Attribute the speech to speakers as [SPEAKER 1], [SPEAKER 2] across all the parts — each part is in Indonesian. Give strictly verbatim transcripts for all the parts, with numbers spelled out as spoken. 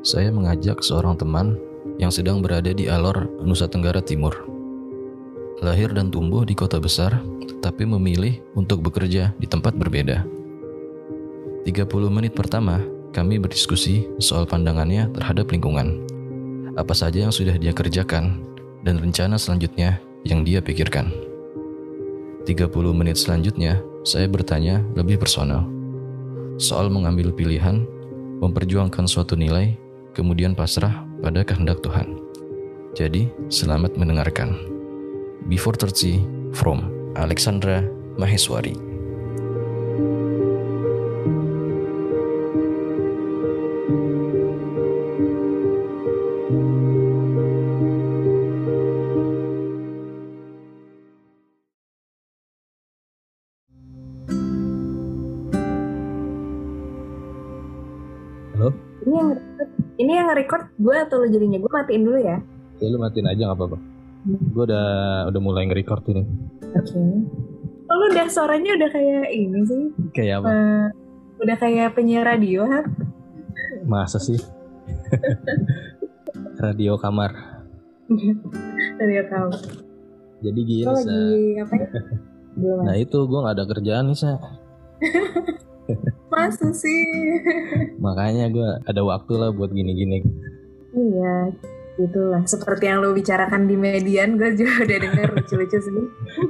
[SPEAKER 1] saya mengajak seorang teman yang sedang berada di Alor, Nusa Tenggara Timur. Lahir dan tumbuh di kota besar, tapi memilih untuk bekerja di tempat berbeda. tiga puluh menit pertama, kami berdiskusi soal pandangannya terhadap lingkungan. Apa saja yang sudah dia kerjakan, dan rencana selanjutnya yang dia pikirkan. tiga puluh menit selanjutnya, saya bertanya lebih personal. Soal mengambil pilihan, memperjuangkan suatu nilai, kemudian pasrah pada kehendak Tuhan. Jadi, selamat mendengarkan. Before thirty from Alexandra Maheswari.
[SPEAKER 2] Halo?
[SPEAKER 3] Ini yang ini yang record gue atau lu jadinya? Gue matiin dulu ya.
[SPEAKER 2] Ya lu matiin aja gak apa-apa. Hmm. Gue udah udah mulai nge-record ini.
[SPEAKER 3] Oke. Okay. Oh, lu udah suaranya udah kayak ini sih.
[SPEAKER 2] Kayak apa?
[SPEAKER 3] Uh, udah kayak penyiar radio, ha?
[SPEAKER 2] Masa sih? Radio kamar.
[SPEAKER 3] Radio kamar.
[SPEAKER 2] Jadi gini,
[SPEAKER 3] Sa. Lagi apa ya?
[SPEAKER 2] Nah itu gue gak ada kerjaan nih, Sa.
[SPEAKER 3] Masa sih?
[SPEAKER 2] Makanya gue ada waktu lah buat gini-gini.
[SPEAKER 3] Iya, itulah. Seperti yang lo bicarakan di Median, gue juga udah denger lucu-lucu sih.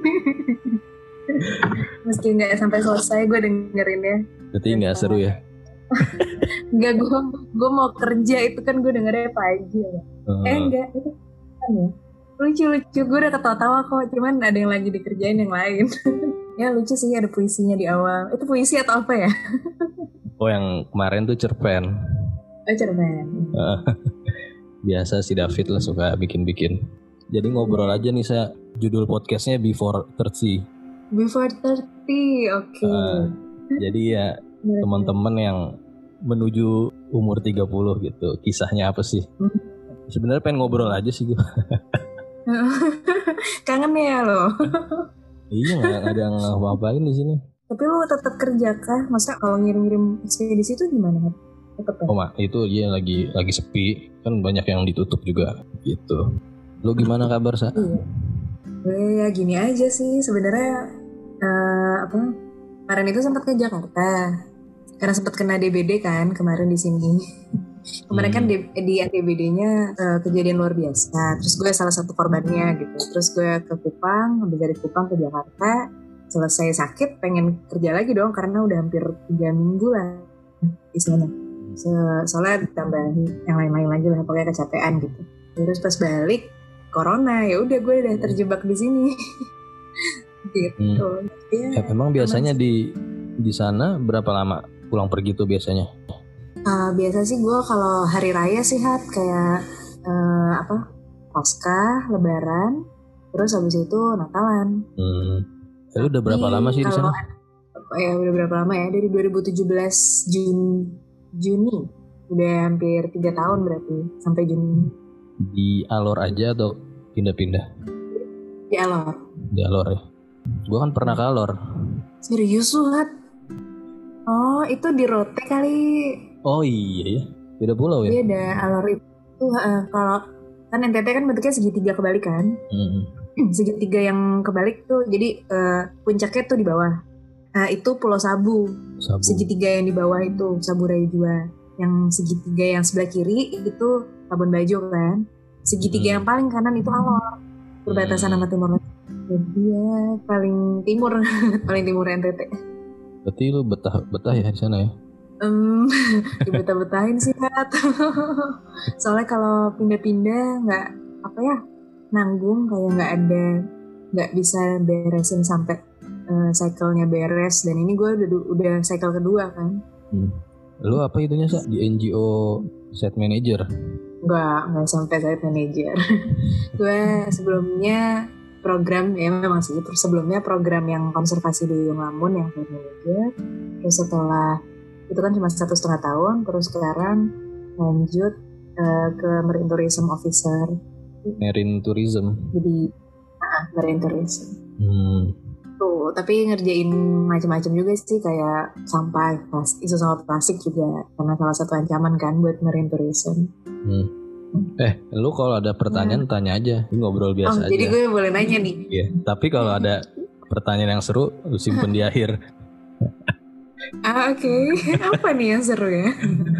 [SPEAKER 3] Meski gak sampai selesai, gue dengerinnya.
[SPEAKER 2] Berarti gak seru ya?
[SPEAKER 3] Enggak, gue gue mau kerja itu kan gue dengernya pagi ya. Uh. Eh enggak, itu kan ya. Lucu-lucu, gue udah ketawa-tawa kok. Cuman ada yang lagi dikerjain yang lain. Ya lucu sih, ada puisinya di awal. Itu puisi atau apa ya?
[SPEAKER 2] Oh yang kemarin tuh cerpen.
[SPEAKER 3] Oh cerpen.
[SPEAKER 2] Biasa si David lah suka bikin-bikin. Jadi ngobrol aja nih, saya judul podcastnya Before thirty.
[SPEAKER 3] Before thirty, oke. Okay.
[SPEAKER 2] Uh, jadi ya teman-teman yang menuju umur tiga puluh gitu, kisahnya apa sih? Hmm. Sebenarnya pengen ngobrol aja sih gue.
[SPEAKER 3] Kangen ya lo.
[SPEAKER 2] Iya, nggak ada yang ngapain di sini.
[SPEAKER 3] Tapi lu tetap kerja kah? Masa kalau ngirim-ngirim ekspedisi itu gimana kan? Tetap.
[SPEAKER 2] Oh mak, itu iya lagi lagi sepi, kan banyak yang ditutup juga gitu. Lu gimana kabar, Sa?
[SPEAKER 3] Iya. Gue ya gini aja sih sebenarnya. Uh, apa? Kemarin itu sempat ke Jakarta. Karena sempat kena D B D kan kemarin di sini. Kemarin hmm. kan di, di D B D-nya uh, kejadian luar biasa. Terus gue salah satu korbannya gitu. Terus gue ke Kupang, habis dari Kupang ke Jakarta. Selesai sakit, pengen kerja lagi dong karena udah hampir tiga minggu lah istilahnya. So, soalnya ditambah yang lain-lain lagi lah, pokoknya kecapean gitu. Terus pas balik corona, ya udah gue udah terjebak di sini. Gitu.
[SPEAKER 2] Hmm. Ya, emang biasanya di di sana berapa lama pulang pergi tuh biasanya?
[SPEAKER 3] Uh, biasa sih gue kalau hari raya sih Hat kayak uh, apa Paskah, Lebaran, terus habis itu Natalan.
[SPEAKER 2] Hmm. Lalu udah berapa Tapi, lama sih di sana?
[SPEAKER 3] Ya udah berapa lama ya? Dari dua ribu tujuh belas Juni, Juni. Udah hampir tiga tahun berarti sampai Juni.
[SPEAKER 2] Di Alor aja atau pindah-pindah?
[SPEAKER 3] Di Alor.
[SPEAKER 2] Di Alor ya. Gue kan pernah ke Alor.
[SPEAKER 3] Serius lu Hat? Oh itu di Rote kali.
[SPEAKER 2] Oh iya ya, beda pulau ya?
[SPEAKER 3] Beda, Alor itu uh, kalau kan N T T kan bentuknya segitiga kebalik kan? Mm-hmm. Segitiga yang kebalik tuh, jadi uh, puncaknya tuh di bawah. Uh, itu Pulau Sabu. Sabu. Segitiga yang di bawah itu Sabu Raya Jua. Yang segitiga yang sebelah kiri itu Labuan Bajo kan? Segitiga hmm. yang paling kanan itu Alor. Perbatasan sama hmm. Timur Leste. Jadi ya paling timur, paling timur N T T.
[SPEAKER 2] Berarti lu betah betah ya di sana ya?
[SPEAKER 3] Um, dibetah-betahin sih Kat. Soalnya kalau pindah-pindah nggak apa ya nanggung, kayak nggak ada nggak bisa beresin sampai uh, cycle-nya beres, dan ini gue udah udah cycle kedua kan.
[SPEAKER 2] Hmm. Lu apa itunya Sa? Di N G O site manager?
[SPEAKER 3] Nggak nggak sampai site manager. Gue sebelumnya program ya memang sih terus sebelumnya program yang konservasi di Lampung yang site manager. Terus setelah itu kan cuma satu setengah tahun, terus sekarang lanjut uh, ke Marine Tourism Officer.
[SPEAKER 2] Marine Tourism.
[SPEAKER 3] Jadi, ah, Marine Tourism.
[SPEAKER 2] Hmm.
[SPEAKER 3] Tuh, tapi ngerjain macam-macam juga sih, kayak sampah, plastik, isu soal plastik juga karena salah satu ancaman kan buat marine tourism.
[SPEAKER 2] Hmm. Eh, lu kalau ada pertanyaan ya. Tanya aja, ini ngobrol biasa
[SPEAKER 3] oh,
[SPEAKER 2] aja.
[SPEAKER 3] Jadi gue boleh nanya nih.
[SPEAKER 2] Iya. Tapi kalau ada pertanyaan yang seru, lu simpen di akhir.
[SPEAKER 3] Ah oke, okay. Apa nih yang seru ya?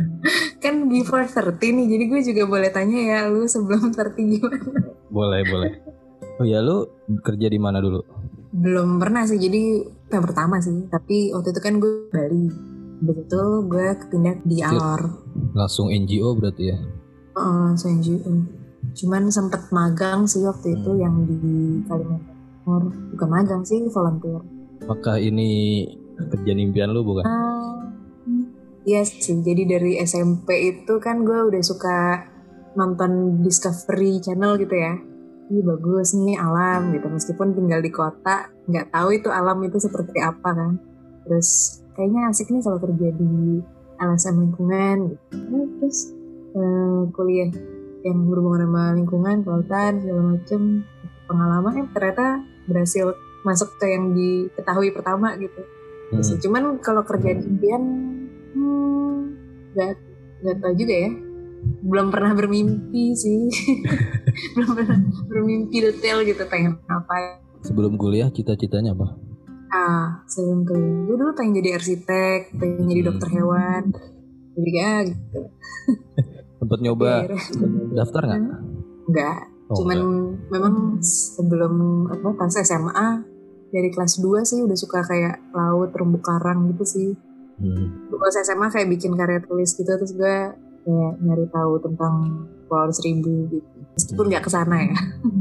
[SPEAKER 3] Kan before thirty nih, jadi gue juga boleh tanya ya, lu sebelum thirty gimana?
[SPEAKER 2] Boleh, boleh. Oh ya, lu kerja di mana dulu?
[SPEAKER 3] Belum pernah sih, jadi yang pertama sih. Tapi waktu itu kan gue Bali. Habis itu gue pindah di Alor.
[SPEAKER 2] Langsung N G O berarti ya?
[SPEAKER 3] Oh, uh, N G O. Cuman sempet magang sih waktu hmm. itu yang di Kalimantan Timur. Bukan magang sih, volunteer.
[SPEAKER 2] Apakah ini kerjaan impian lu bukan?
[SPEAKER 3] Uh, iya yes, sih, jadi dari S M P itu kan gue udah suka nonton Discovery Channel gitu ya. Ini bagus nih alam gitu, meskipun tinggal di kota nggak tahu itu alam itu seperti apa kan. Terus kayaknya asik nih kalau kerja di L S M lingkungan gitu. Nah, terus uh, kuliah yang berhubungan sama lingkungan, kelautan segala macem, pengalaman yang ternyata berhasil masuk ke yang diketahui pertama gitu. Terus, hmm. Cuman kalau kerja di impian hmm, nggak nggak tahu juga ya. Belum pernah bermimpi sih. Belum pernah bermimpi detail gitu pengen apa.
[SPEAKER 2] Sebelum kuliah cita-citanya apa?
[SPEAKER 3] Ah, sebelum kuliah gue dulu pengen jadi arsitek, pengen jadi dokter hewan. Jadi ya gitu.
[SPEAKER 2] Sempet nyoba daftar nggak?
[SPEAKER 3] Enggak. Oh, cuman enggak. Memang sebelum apa pas S M A dari kelas dua sih udah suka kayak laut, terumbu karang gitu sih. Hmm. Pas S M A kayak bikin karya tulis gitu, terus gue kayak nyari tahu tentang Pulau Seribu gitu. Meskipun nggak kesana ya.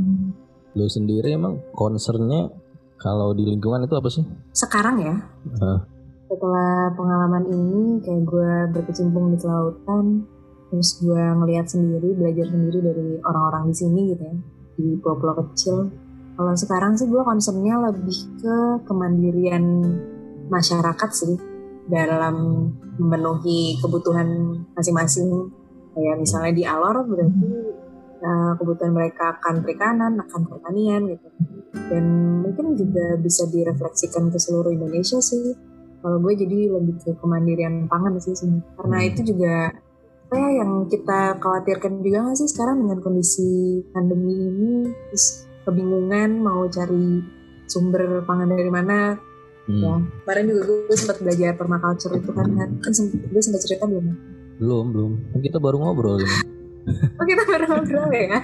[SPEAKER 2] Lu sendiri emang concernnya kalau di lingkungan itu apa sih?
[SPEAKER 3] Sekarang ya. Uh. Setelah pengalaman ini kayak gue berkecimpung di kelautan, terus gue ngelihat sendiri, belajar sendiri dari orang-orang di sini gitu ya, di pulau-pulau kecil. Kalau sekarang sih gue concernnya lebih ke kemandirian masyarakat sih dalam memenuhi kebutuhan masing-masing. Kayak misalnya di Alor berarti uh, kebutuhan mereka akan perikanan, akan pertanian gitu. Dan mungkin juga bisa direfleksikan ke seluruh Indonesia sih. Kalau gue jadi lebih ke kemandirian pangan sih sebenarnya. Karena itu juga apa ya yang kita khawatirkan juga nggak sih sekarang dengan kondisi pandemi ini, terus kebingungan mau cari sumber pangan dari mana. Hmm. Ya, kemarin juga gue sempat belajar permaculture itu kan, kan gue sempat cerita belum?
[SPEAKER 2] Belum, belum. Kan kita baru ngobrol ini.
[SPEAKER 3] Oh kita baru ngobrol ya?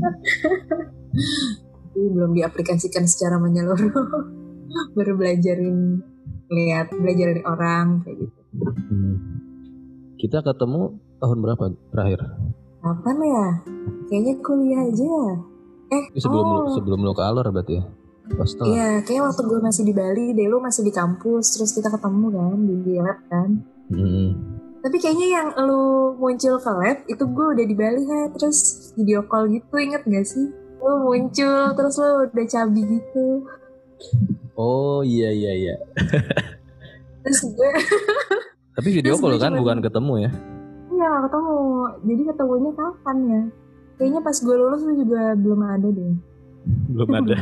[SPEAKER 3] Jadi belum diaplikasikan secara menyeluruh. Baru belajarin, lihat, belajar dari orang kayak gitu.
[SPEAKER 2] Hmm. Kita ketemu tahun berapa terakhir?
[SPEAKER 3] Kapan ya? Kayaknya kuliah aja. Eh,
[SPEAKER 2] sebelum
[SPEAKER 3] oh.
[SPEAKER 2] lu, sebelum lu ke Alor berarti ya?
[SPEAKER 3] Iya, kayak waktu gue masih di Bali, deh lu masih di kampus, terus kita ketemu kan di lab kan. Hmm. Tapi kayaknya yang lu muncul ke lab itu gue udah di Bali ya, terus video call gitu, inget gak sih? Lu muncul, terus lu udah cabi gitu.
[SPEAKER 2] Oh iya iya iya.
[SPEAKER 3] Terus gue.
[SPEAKER 2] Tapi video call kan bukan ketemu ya?
[SPEAKER 3] Iya gak ketemu, jadi ketemunya kapan ya? Kayaknya pas gue lulus lu juga belum ada deh.
[SPEAKER 2] Belum ada.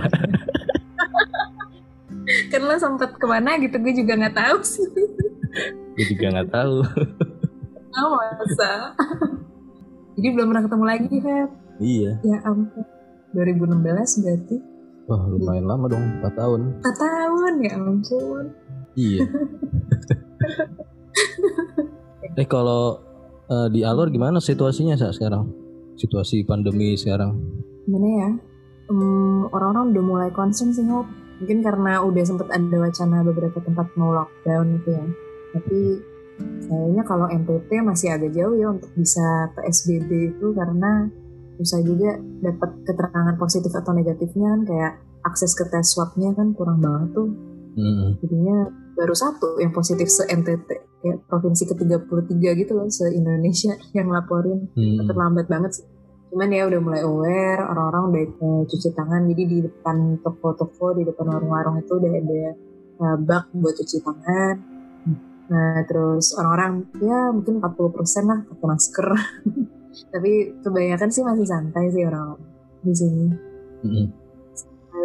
[SPEAKER 3] Kan lo sempet kemana gitu gue juga nggak tahu sih.
[SPEAKER 2] Gue juga nggak tahu.
[SPEAKER 3] Oh masa. Jadi belum pernah ketemu lagi kan?
[SPEAKER 2] Iya.
[SPEAKER 3] Ya ampun. dua ribu enam belas berarti.
[SPEAKER 2] Wah lumayan ya. Lama dong, empat tahun.
[SPEAKER 3] empat tahun ya ampun.
[SPEAKER 2] Iya. Eh kalau uh, di Alor gimana situasinya saat sekarang? Situasi pandemi sekarang?
[SPEAKER 3] Gimana ya? Um, orang-orang udah mulai concern sih, Hop. Mungkin karena udah sempet ada wacana beberapa tempat mau lockdown gitu ya. Tapi kayaknya kalau N T T masih agak jauh ya untuk bisa P S B B itu, karena susah juga dapat keterangan positif atau negatifnya kan, kayak akses ke tes swabnya kan kurang banget tuh. Mm-hmm. Jadinya baru satu yang positif se-N T T, kayak provinsi ke tiga puluh tiga gitu loh se-Indonesia yang laporin. Mm-hmm. Terlambat banget sih. Cuman ya udah mulai aware, orang-orang udah uh, cuci tangan, jadi di depan toko-toko, di depan warung-warung itu udah ada uh, bak buat cuci tangan. Nah terus orang-orang ya mungkin empat puluh persen lah pakai masker. Tapi kebanyakan sih masih santai sih orang-orang di sini. Mm-hmm.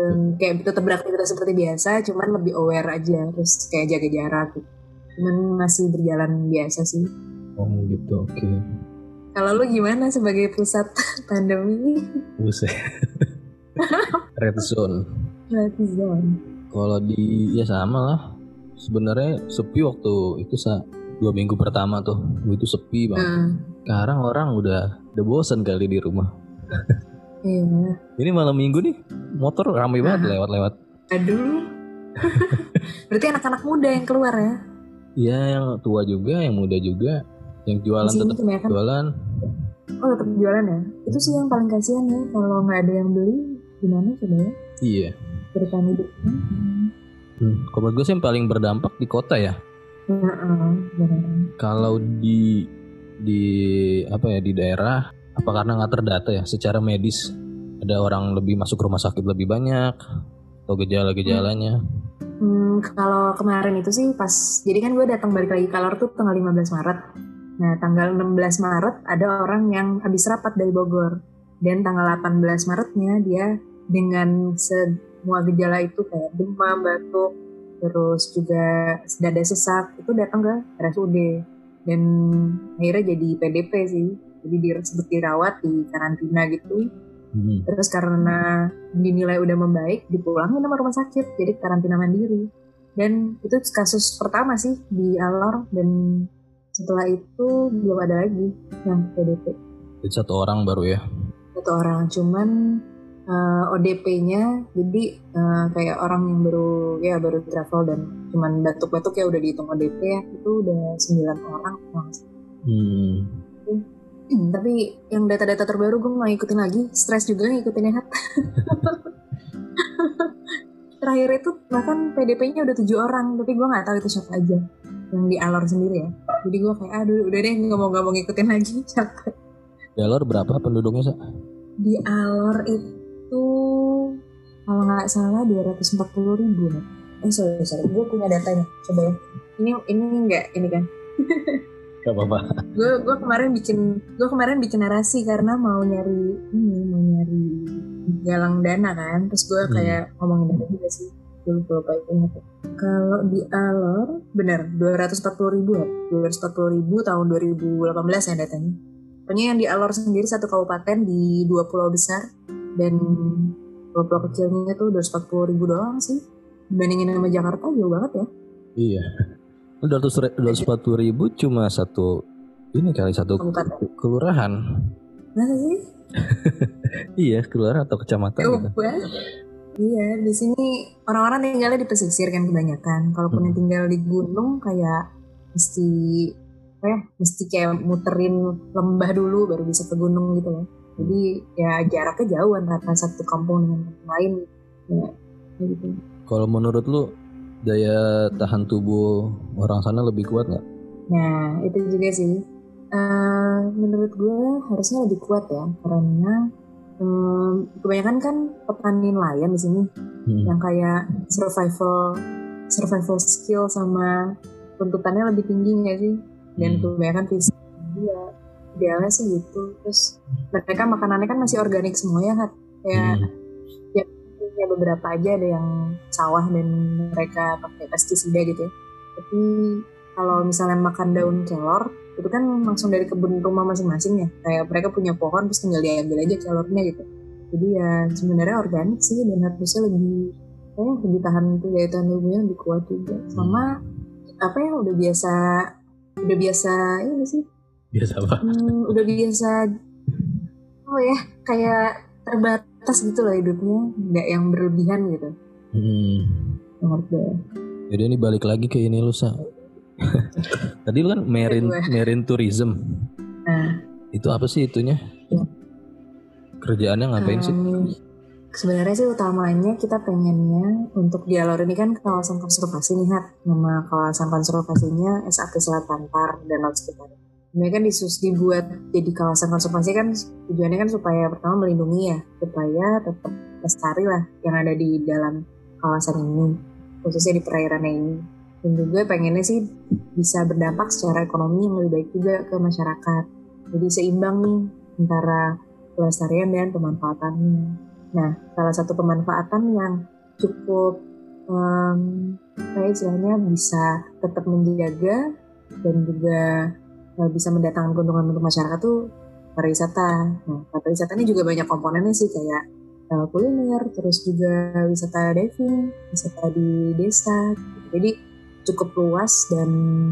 [SPEAKER 3] um, kayak tetap beraktivitas seperti biasa, cuman lebih aware aja, terus kayak jaga jarak gitu. Cuman masih berjalan biasa sih.
[SPEAKER 2] Oh gitu, oke. Okay.
[SPEAKER 3] Kalau lu gimana sebagai pusat pandemi?
[SPEAKER 2] Buset. Red zone.
[SPEAKER 3] Red zone.
[SPEAKER 2] Kalau di ya sama lah. Sebenarnya sepi waktu itu sa dua minggu pertama tuh, itu sepi banget. Hmm. Sekarang orang udah udah bosan kali di rumah.
[SPEAKER 3] Iya.
[SPEAKER 2] Ini malam minggu nih, motor ramai nah. banget lewat-lewat.
[SPEAKER 3] Aduh. Berarti anak-anak muda yang keluar ya?
[SPEAKER 2] Iya, yang tua juga, yang muda juga, yang jualan tetap
[SPEAKER 3] kan?
[SPEAKER 2] jualan.
[SPEAKER 3] Oh tetap jualan ya? Itu sih yang paling kasihan ya, kalau nggak ada yang beli, gimana coba ya?
[SPEAKER 2] Iya.
[SPEAKER 3] Bertahan hidupnya.
[SPEAKER 2] Hmm, kalau gue sih yang paling berdampak di kota ya.
[SPEAKER 3] Uh-uh,
[SPEAKER 2] kalau di di apa ya di daerah, apa karena nggak terdata ya secara medis, ada orang lebih masuk rumah sakit lebih banyak atau gejala-gejalanya?
[SPEAKER 3] Hmm, kalau kemarin itu sih pas, jadi kan gue datang balik lagi Kalor tuh tanggal lima belas Maret. Nah tanggal enam belas Maret ada orang yang habis rapat dari Bogor, dan tanggal delapan belas Maretnya dia dengan semua gejala itu kayak demam, batuk, terus juga dada sesak, itu datang ke R S U D dan akhirnya jadi P D P sih, jadi disebut dirawat di karantina gitu. Hmm. Terus karena dinilai udah membaik, dipulangin sama rumah sakit, jadi karantina mandiri. Dan itu kasus pertama sih di Alor, dan setelah itu belum ada lagi yang P D P.
[SPEAKER 2] Jadi satu orang baru ya?
[SPEAKER 3] Satu orang, cuman Uh, O D P-nya jadi uh, kayak orang yang baru ya baru travel dan cuman batuk-batuk ya udah dihitung O D P ya, itu udah sembilan orang.
[SPEAKER 2] Hmm.
[SPEAKER 3] Hmm, tapi yang data-data terbaru gue nggak ngikutin lagi, stres juga ngikutinnya. Terakhir itu bahkan P D P-nya udah tujuh orang, tapi gue nggak tahu itu siapa aja yang di Alor sendiri ya. Jadi gue kayak aduh udah deh nggak mau nggak mau ngikutin lagi, capek.
[SPEAKER 2] Di Alor berapa penduduknya Sa?
[SPEAKER 3] Di Alor itu itu kalau nggak salah dua ratus empat puluh ribu nih. Eh sorry sorry, gue punya datanya. Coba ya. Ini ini nggak ini kan?
[SPEAKER 2] Gak apa-apa.
[SPEAKER 3] Gue gue kemarin bikin gue kemarin bikin narasi karena mau nyari ini mau nyari galang dana kan. Terus gue kayak hmm. ngomongin dana juga sih. Dulu lupa ingat. Kalau di Alor benar dua ratus empat puluh ribu ya. dua ratus empat puluh ribu tahun dua ribu delapan belas ya datanya. Pokoknya yang di Alor sendiri satu kabupaten di dua pulau besar. Dan pulau-pulau kecilnya tuh dua ratus empat puluh ribu doang sih. Dibandingin sama Jakarta jauh banget ya.
[SPEAKER 2] Iya. dua ratus empat puluh ribu cuma satu ini kali satu Kabupaten. Kelurahan.
[SPEAKER 3] Masa sih?
[SPEAKER 2] Iya, kelurahan atau kecamatan gitu.
[SPEAKER 3] Iya, di sini orang-orang tinggalnya di pesisir kan kebanyakan. Kalaupun hmm. yang tinggal di gunung kayak mesti apa ya, mesti kayak muterin lembah dulu baru bisa ke gunung gitu loh. Jadi ya jaraknya jauh antara satu kampung dengan yang lain ya, gitu.
[SPEAKER 2] Kalau menurut lu daya tahan tubuh orang sana lebih kuat nggak?
[SPEAKER 3] Nah itu juga sih. Uh, menurut gue harusnya lebih kuat ya, karena um, kebanyakan kan petani nelayan di sini hmm. yang kayak survival survival skill sama tuntutannya lebih tinggi nggak sih? Dan hmm. kebanyakan fisik dia. Idealnya sih gitu. Terus mereka makanannya kan masih organik semua ya kan, kayak hmm. ya, ya beberapa aja ada yang sawah dan mereka pakai pestisida gitu ya. Tapi kalau misalnya makan daun kelor itu kan langsung dari kebun rumah masing-masing ya, kayak mereka punya pohon terus tinggal diambil aja kelornya gitu. Jadi ya sebenarnya organik sih dan harusnya lebih kayak lebih tahan tuh, daya tahan tubuhnya lebih kuat juga. Sama hmm. apa ya udah biasa udah biasa ini sih
[SPEAKER 2] biasa apa?
[SPEAKER 3] Hmm, udah biasa oh ya kayak terbatas gitu loh hidupnya, nggak yang berlebihan gitu.
[SPEAKER 2] Hmm.
[SPEAKER 3] Ngerti.
[SPEAKER 2] Jadi ini balik lagi ke ini lu Sa. Tadi lu kan marine marine tourism.
[SPEAKER 3] Nah.
[SPEAKER 2] Itu apa sih itunya?
[SPEAKER 3] Ya.
[SPEAKER 2] Kerjaannya ngapain um, sih?
[SPEAKER 3] Sebenarnya sih utamanya kita pengennya untuk di Alor ini kan kawasan konservasi nih Hat. Nama kawasan konservasinya S A T Selat Pantar dan laut sekitar. Mereka kan disus dibuat jadi kawasan konservasi kan tujuannya kan supaya pertama melindungi ya, supaya tetap lestari lah yang ada di dalam kawasan ini, khususnya di perairan ini. Dan juga pengennya sih bisa berdampak secara ekonomi yang lebih baik juga ke masyarakat. Jadi seimbang nih antara pelestarian dan pemanfaatannya. Nah, salah satu pemanfaatan yang cukup um, kayak istilahnya bisa tetap menjaga dan juga uh, bisa mendatangkan keuntungan untuk masyarakat tuh pariwisata. Nah, pariwisata ini juga banyak komponennya sih, kayak uh, kuliner, terus juga wisata diving, wisata di desa. Jadi cukup luas dan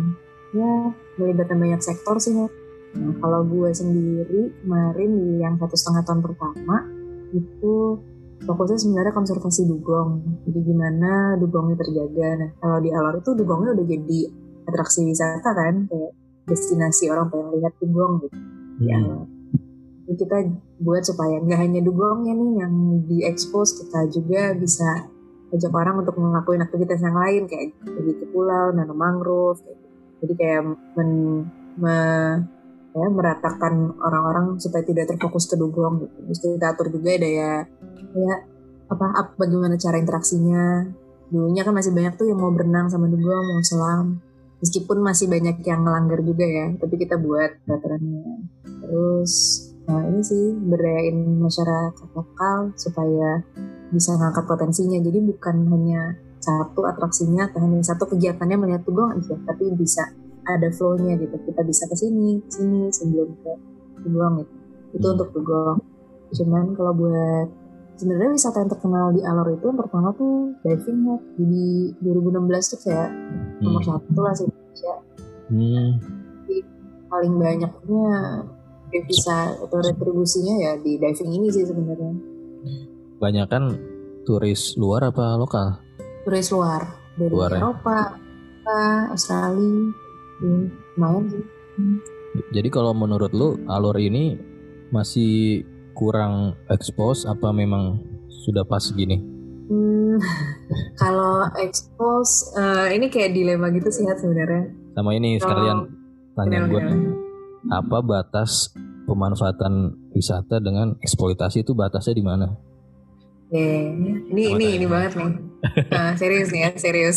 [SPEAKER 3] ya melibatkan banyak sektor sih. Ya. Nah, kalau gue sendiri kemarin di yang satu setengah tahun pertama itu fokusnya sebenarnya konservasi dugong. Jadi gimana dugongnya terjaga. Nah, kalau di Alor itu dugongnya udah jadi atraksi wisata kan, kayak destinasi orang pengen lihat dugong gitu. Di Alor. Jadi kita buat supaya nggak hanya dugongnya nih yang diekspos, kita juga bisa ajak orang untuk ngelakuin aktivitas yang lain kayak pergi ke pulau, nanam mangrove. Kayak gitu. Jadi kayak men, me, ya, meratakan orang-orang supaya tidak terfokus ke dugong gitu. Terus kita atur juga daya ya apa, apa bagaimana cara interaksinya. Dulunya kan masih banyak tuh yang mau berenang sama dugong, mau selam. Meskipun masih banyak yang melanggar juga ya, tapi kita buat peraturannya. Terus nah ini sih berdayain masyarakat lokal supaya bisa ngangkat potensinya. Jadi bukan hanya satu atraksinya atau hanya satu kegiatannya melihat dugong aja, tapi bisa ada flow-nya gitu. Kita bisa ke sini, ke sini sebelum ke dugong gitu. Itu hmm. untuk dugong. Cuman kalau buat sebenarnya wisata yang terkenal di Alor itu yang pertama tuh diving ya. Jadi dua ribu enam belas tuh kayak hmm. nomor satu lah sih Indonesia. Hmm. Jadi paling banyaknya devisa atau retribusinya ya di diving ini sih sebenarnya.
[SPEAKER 2] Banyak kan turis luar apa lokal?
[SPEAKER 3] Turis luar dari luar, Eropa, ya? Australia. Hmm, lumayan sih. Hmm.
[SPEAKER 2] Jadi kalau menurut lu Alor ini masih kurang expose apa memang sudah pas gini?
[SPEAKER 3] Hmm, kalau expose uh, ini kayak dilema gitu sih sebenarnya.
[SPEAKER 2] Sama ini kalo, sekalian tanya gue, apa batas pemanfaatan wisata dengan eksploitasi itu batasnya di mana?
[SPEAKER 3] Yeah, ini Sama ini ini banget nih. Nah, serius nih ya, serius.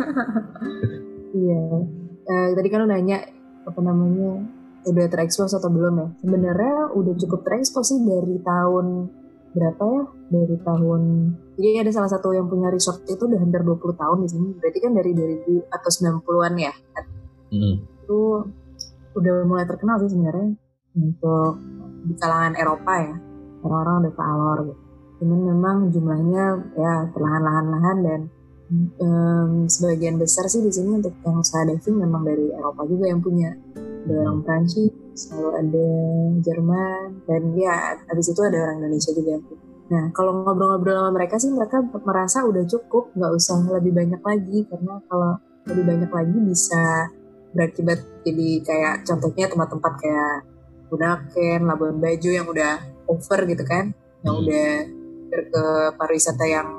[SPEAKER 3] Iya. yeah. Uh, tadi kan lo nanya apa namanya udah terekspos atau belum ya? Sebenarnya udah cukup terekspos sih dari tahun berapa ya? Dari tahun jadi ada salah satu yang punya resort itu udah hampir dua puluh tahun di sini. Berarti kan dari dua ribu atau sembilan puluhan ya. Hmm. Itu udah mulai terkenal sih sebenarnya untuk di kalangan Eropa ya. Orang-orang udah ke Alor gitu. Cuman memang jumlahnya ya perlahan-lahan dan Um, sebagian besar sih di sini untuk yang usaha diving memang dari Eropa juga yang punya. Ada orang Prancis, selalu ada Jerman, dan ya habis itu ada orang Indonesia juga yang punya. Nah kalau ngobrol-ngobrol sama mereka sih mereka merasa udah cukup, nggak usah lebih banyak lagi, karena kalau lebih banyak lagi bisa berakibat jadi kayak contohnya tempat-tempat kayak Bunaken, Labuan Bajo yang udah over gitu kan, yang hmm. udah ke pariwisata yang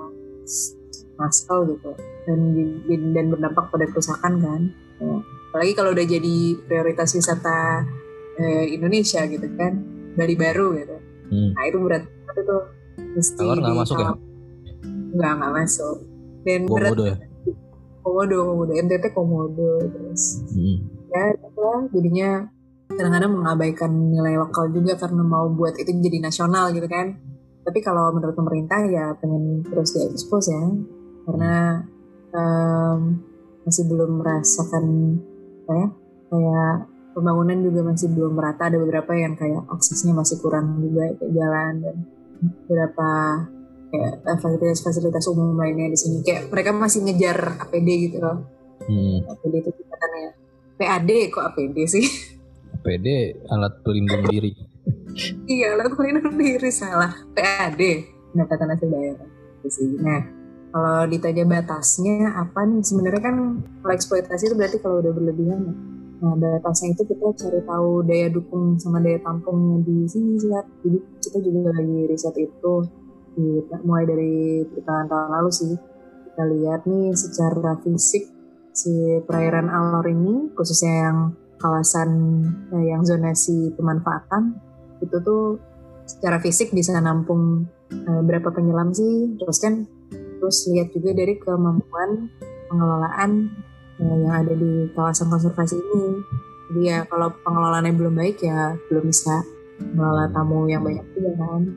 [SPEAKER 3] massal gitu dan dan berdampak pada kerusakan kan. Ya. Apalagi kalau udah jadi prioritas wisata eh, Indonesia gitu kan, Bali baru gitu. Hmm. Nah itu berat itu tuh mesti
[SPEAKER 2] Alor nggak masuk ya?
[SPEAKER 3] Nggak nggak masuk. Dan
[SPEAKER 2] Komodo
[SPEAKER 3] berat.
[SPEAKER 2] Ya?
[SPEAKER 3] Komodo, Komodo, N T T Komodo terus. Hmm. Ya itulah jadinya kadang-kadang mengabaikan nilai lokal juga karena mau buat itu jadi nasional gitu kan. Tapi kalau menurut pemerintah ya pengen terus diekspos ya. Karena um, masih belum merasakan apa ya, kayak pembangunan juga masih belum merata, ada beberapa yang kayak aksesnya masih kurang juga kayak jalan dan beberapa kayak fasilitas-fasilitas umum lainnya di sini kayak mereka masih ngejar A P D gitu loh. Hmm. A P D itu katanya P A D kok A P D sih?
[SPEAKER 2] A P D alat pelindung diri.
[SPEAKER 3] Iya alat pelindung diri salah P A D pendapatan hasil daerah di sini. Nah kalau ditanya batasnya apa nih, sebenarnya kan kalau eksploitasi itu berarti kalau udah berlebihan. Nah batasnya itu kita cari tahu daya dukung sama daya tampungnya di sini sih. Jadi kita juga lagi riset itu di, mulai dari pertengahan tahun lalu sih. Kita lihat nih secara fisik si perairan Alor ini khususnya yang kawasan eh, yang zonasi pemanfaatan itu tuh secara fisik bisa nampung eh, berapa penyelam sih. Terus kan terus lihat juga dari kemampuan pengelolaan eh, yang ada di kawasan konservasi ini. Jadi ya kalau pengelolaannya belum baik ya belum bisa mengelola tamu yang banyak juga kan.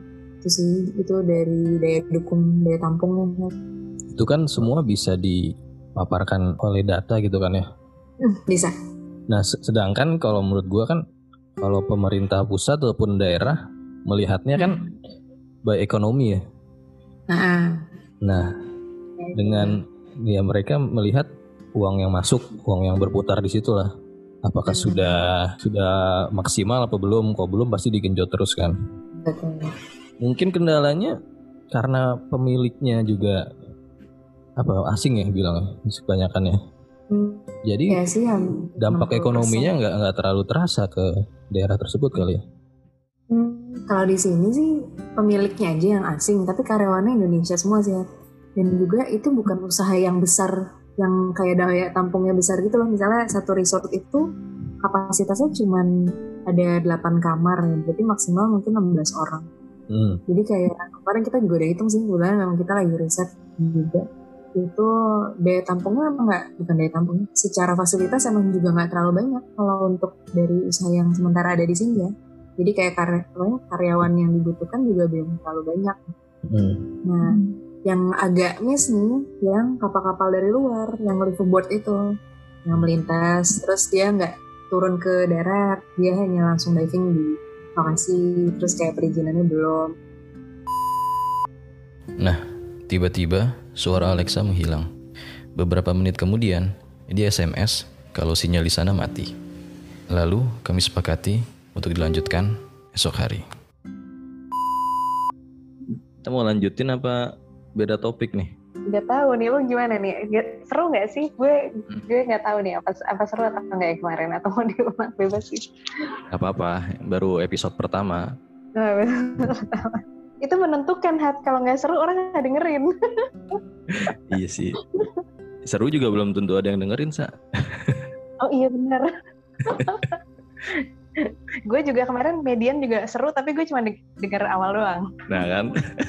[SPEAKER 3] Itu sih, itu dari daya dukung, daya tampungnya.
[SPEAKER 2] Itu kan semua bisa dipaparkan oleh data gitu kan ya.
[SPEAKER 3] Hmm, bisa.
[SPEAKER 2] Nah sedangkan kalau menurut gue kan, kalau pemerintah pusat ataupun daerah melihatnya kan hmm. by ekonomi ya.
[SPEAKER 3] Nah,
[SPEAKER 2] nah dengan ya mereka melihat uang yang masuk, uang yang berputar di situ lah. Apakah hmm. sudah sudah maksimal apa belum? Kalau belum pasti digenjot terus kan.
[SPEAKER 3] Betul.
[SPEAKER 2] Mungkin kendalanya karena pemiliknya juga apa asing ya bilang kebanyakan ya. Hmm. Jadi ya sih, dampak ekonominya nggak nggak terlalu terasa ke daerah tersebut kali ya.
[SPEAKER 3] Hmm, kalau di sini sih pemiliknya aja yang asing, tapi karyawannya Indonesia semua sih ya. Dan juga itu bukan usaha yang besar, yang kayak daya tampungnya besar gitu loh. Misalnya satu resort itu kapasitasnya cuma ada delapan kamar, berarti maksimal mungkin enam belas orang. Hmm. Jadi kayak kemarin kita juga udah hitung sih, bulan memang kita lagi riset juga. Itu daya tampungnya emang nggak, bukan daya tampungnya, secara fasilitas emang juga nggak terlalu banyak kalau untuk dari usaha yang sementara ada di sini ya. Jadi kayak karya, karyawan yang dibutuhkan juga belum terlalu banyak. Hmm. Nah, yang agak miss nih, yang kapal-kapal dari luar, yang liveaboard itu, yang melintas, terus dia nggak turun ke darat, dia hanya langsung diving di lokasi, terus kayak perizinannya belum.
[SPEAKER 1] Nah, tiba-tiba suara Alexa menghilang. Beberapa menit kemudian, dia S M S kalau sinyal di sana mati. Lalu kami sepakati untuk dilanjutkan esok hari. Kita mau lanjutin apa beda topik nih?
[SPEAKER 3] Gak tahu nih, lu gimana nih? Seru nggak sih? Gue gue nggak tahu nih apa apa seru atau nggak ya kemarin, atau mau diulang bebas sih.
[SPEAKER 1] Gak apa-apa, baru episode pertama.
[SPEAKER 3] Nah, episode pertama. Itu menentukan, Hat. Kalau nggak seru orang nggak dengerin.
[SPEAKER 1] Iya sih. Seru juga belum tentu ada yang dengerin, Sa.
[SPEAKER 3] Oh iya benar. Gue juga kemarin median juga seru, tapi gue cuma denger awal doang.
[SPEAKER 1] Nah kan.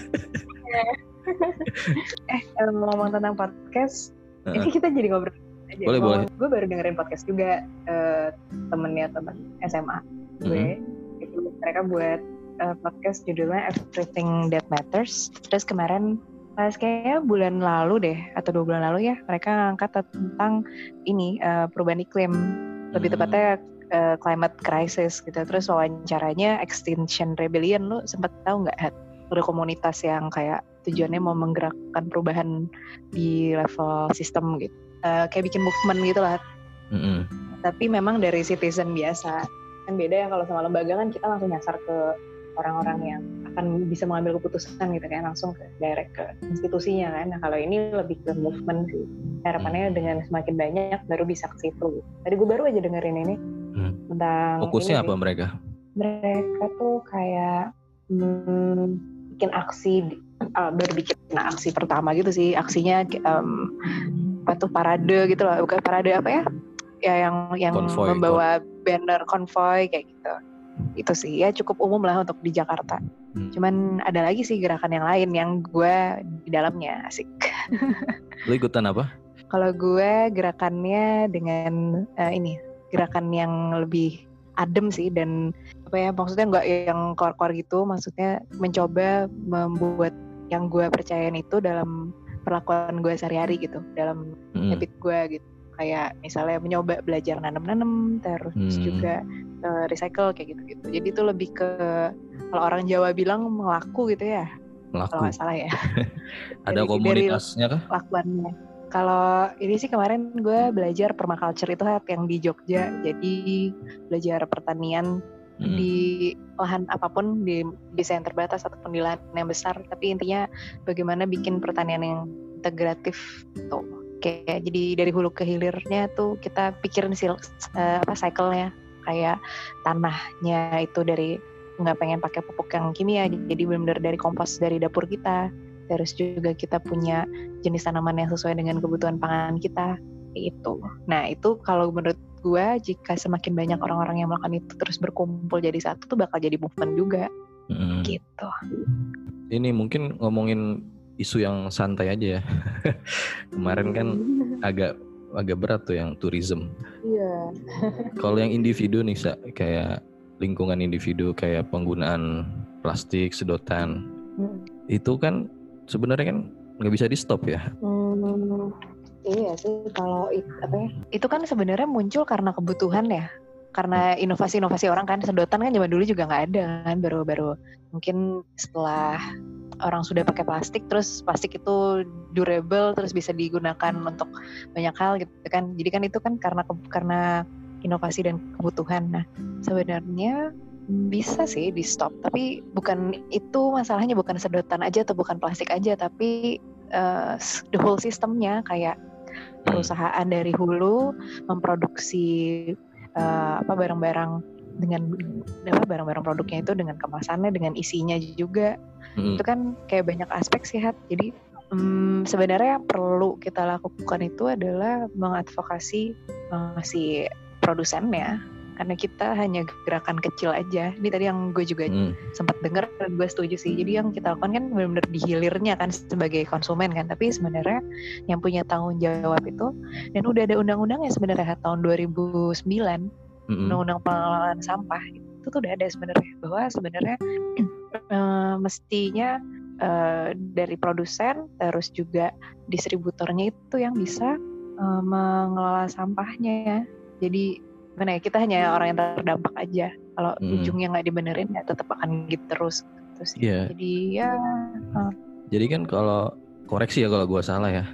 [SPEAKER 3] eh ngomong tentang podcast, uh-uh. ini kita jadi ngobrol aja.
[SPEAKER 1] Boleh boleh.
[SPEAKER 3] Gue baru dengerin podcast juga, uh, temennya teman S M A gue. Mm-hmm. Itu mereka buat uh, podcast judulnya Everything That Matters. Terus kemarin pas kayaknya bulan lalu deh atau dua bulan lalu ya, mereka ngangkat tentang ini uh, perubahan iklim, lebih mm-hmm. tepatnya uh, climate crisis gitu. Terus wawancaranya Extinction Rebellion, lu sempat tahu nggak? Ada komunitas yang kayak tujuannya mau menggerakkan perubahan di level sistem gitu, uh, kayak bikin movement gitu lah. Mm-hmm. Tapi memang dari citizen biasa kan beda ya, kalau sama lembaga kan kita langsung nyasar ke orang-orang yang akan bisa mengambil keputusan gitu, kayak langsung ke direct ke institusinya kan. Nah kalau ini lebih ke movement sih, harapannya mm-hmm. dengan semakin banyak baru bisa ke situ. Tadi gue baru aja dengerin ini mm. tentang
[SPEAKER 1] fokusnya
[SPEAKER 3] ini,
[SPEAKER 1] apa mereka?
[SPEAKER 3] Mereka tuh kayak hmm, bikin aksi, uh, baru bikin aksi pertama gitu sih, aksinya um, apa tuh parade gitu loh, bukan parade apa ya, ya yang yang konvoy, membawa kon- banner konvoy kayak gitu. Itu sih ya cukup umum lah untuk di Jakarta. Hmm. Cuman ada lagi sih gerakan yang lain yang gue di dalamnya, asik.
[SPEAKER 1] Lo ikutan apa?
[SPEAKER 3] Kalau gue gerakannya dengan uh, ini gerakan yang lebih adem sih, dan apa ya, maksudnya nggak yang core-core gitu, maksudnya mencoba membuat yang gue percayain itu dalam perlakuan gue sehari-hari gitu, dalam hmm. habit gue gitu, kayak misalnya mencoba belajar nanam-nanam, terus hmm. juga uh, recycle kayak gitu-gitu. Jadi itu lebih ke, kalau orang Jawa bilang melaku gitu ya,
[SPEAKER 1] melaku.
[SPEAKER 3] Kalau nggak salah ya.
[SPEAKER 1] Ada dari, komunitasnya kah?
[SPEAKER 3] Lakuannya. Kalau ini sih kemarin gue belajar permaculture itu yang di Jogja, jadi belajar pertanian hmm. di lahan apapun, di desa yang terbatas ataupun di lahan yang besar, tapi intinya bagaimana bikin pertanian yang integratif tuh. Kayak jadi dari hulu ke hilirnya tuh kita pikirin sil, uh, apa cycle-nya, kayak tanahnya itu dari nggak pengen pakai pupuk yang kimia, jadi benar-benar dari kompos dari dapur kita. Terus juga kita punya jenis tanaman yang sesuai dengan kebutuhan pangan kita, itu. Nah itu kalau menurut gue, jika semakin banyak orang-orang yang melakukan itu terus berkumpul jadi satu, tuh bakal jadi movement juga, hmm. gitu.
[SPEAKER 1] Ini mungkin ngomongin isu yang santai aja ya. Kemarin kan agak agak berat tuh yang tourism.
[SPEAKER 3] Iya.
[SPEAKER 1] Kalau yang individu nih, kayak lingkungan individu, kayak penggunaan plastik, sedotan.
[SPEAKER 3] Hmm.
[SPEAKER 1] Itu kan sebenarnya kan nggak bisa di stop ya.
[SPEAKER 3] Hmm, iya sih kalau it, apa ya? Itu kan sebenarnya muncul karena kebutuhan ya. Karena inovasi-inovasi orang kan, sedotan kan zaman dulu juga nggak ada kan, baru-baru mungkin setelah orang sudah pakai plastik, terus plastik itu durable, terus bisa digunakan untuk banyak hal gitu kan. Jadi kan itu kan karena karena inovasi dan kebutuhan. Nah sebenarnya bisa sih di stop, tapi bukan itu masalahnya, bukan sedotan aja atau bukan plastik aja, tapi uh, the whole sistemnya, kayak perusahaan dari hulu memproduksi uh, apa barang-barang dengan apa barang-barang produknya itu dengan kemasannya, dengan isinya juga. Hmm. Itu kan kayak banyak aspek sih, Hat. Jadi um, sebenarnya yang perlu kita lakukan itu adalah mengadvokasi uh, si produsennya, karena kita hanya gerakan kecil aja. Ini tadi yang gue juga hmm. sempat dengar dan gue setuju sih. Jadi yang kita lakukan kan benar-benar di hilirnya kan sebagai konsumen kan, tapi sebenarnya yang punya tanggung jawab itu, dan udah ada undang-undangnya sebenarnya tahun dua ribu sembilan, mm-hmm. undang-undang pengelolaan sampah itu tuh udah ada sebenarnya, bahwa sebenarnya uh, mestinya uh, dari produsen terus juga distributornya itu yang bisa uh, mengelola sampahnya ya. Jadi gimana ya, kita hanya orang yang terdampak aja. Kalau hmm. ujungnya nggak dibenerin ya tetap akan gitu terus. Terus
[SPEAKER 1] yeah.
[SPEAKER 3] Jadi ya. Uh.
[SPEAKER 1] Jadi kan kalau koreksi ya kalau gue salah ya.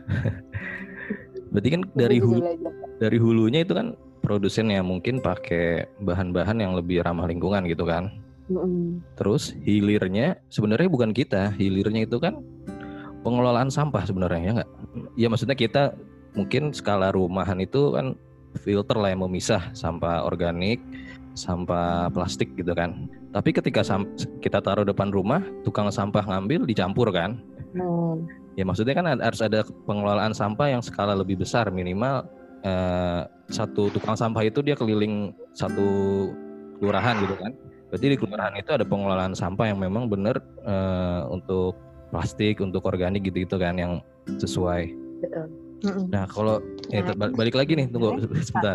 [SPEAKER 1] Berarti kan dari hulu, dari hulunya itu kan produsen yang mungkin pakai bahan-bahan yang lebih ramah lingkungan gitu kan. Mm-hmm. Terus hilirnya sebenarnya bukan kita, hilirnya itu kan pengelolaan sampah sebenarnya ya nggak? Ya maksudnya kita mungkin skala rumahan itu kan filter lah yang memisah sampah organik, sampah plastik gitu kan. Tapi ketika sam- kita taruh depan rumah, tukang sampah ngambil dicampur kan. Hmm. Ya maksudnya kan harus ada pengelolaan sampah yang skala lebih besar, minimal eh, satu tukang sampah itu dia keliling satu kelurahan gitu kan. Berarti di kelurahan itu ada pengelolaan sampah yang memang benar eh, untuk plastik, untuk organik gitu-gitu kan, yang sesuai.
[SPEAKER 3] Betul.
[SPEAKER 1] Nah kalau eh, balik lagi nih, tunggu sebentar.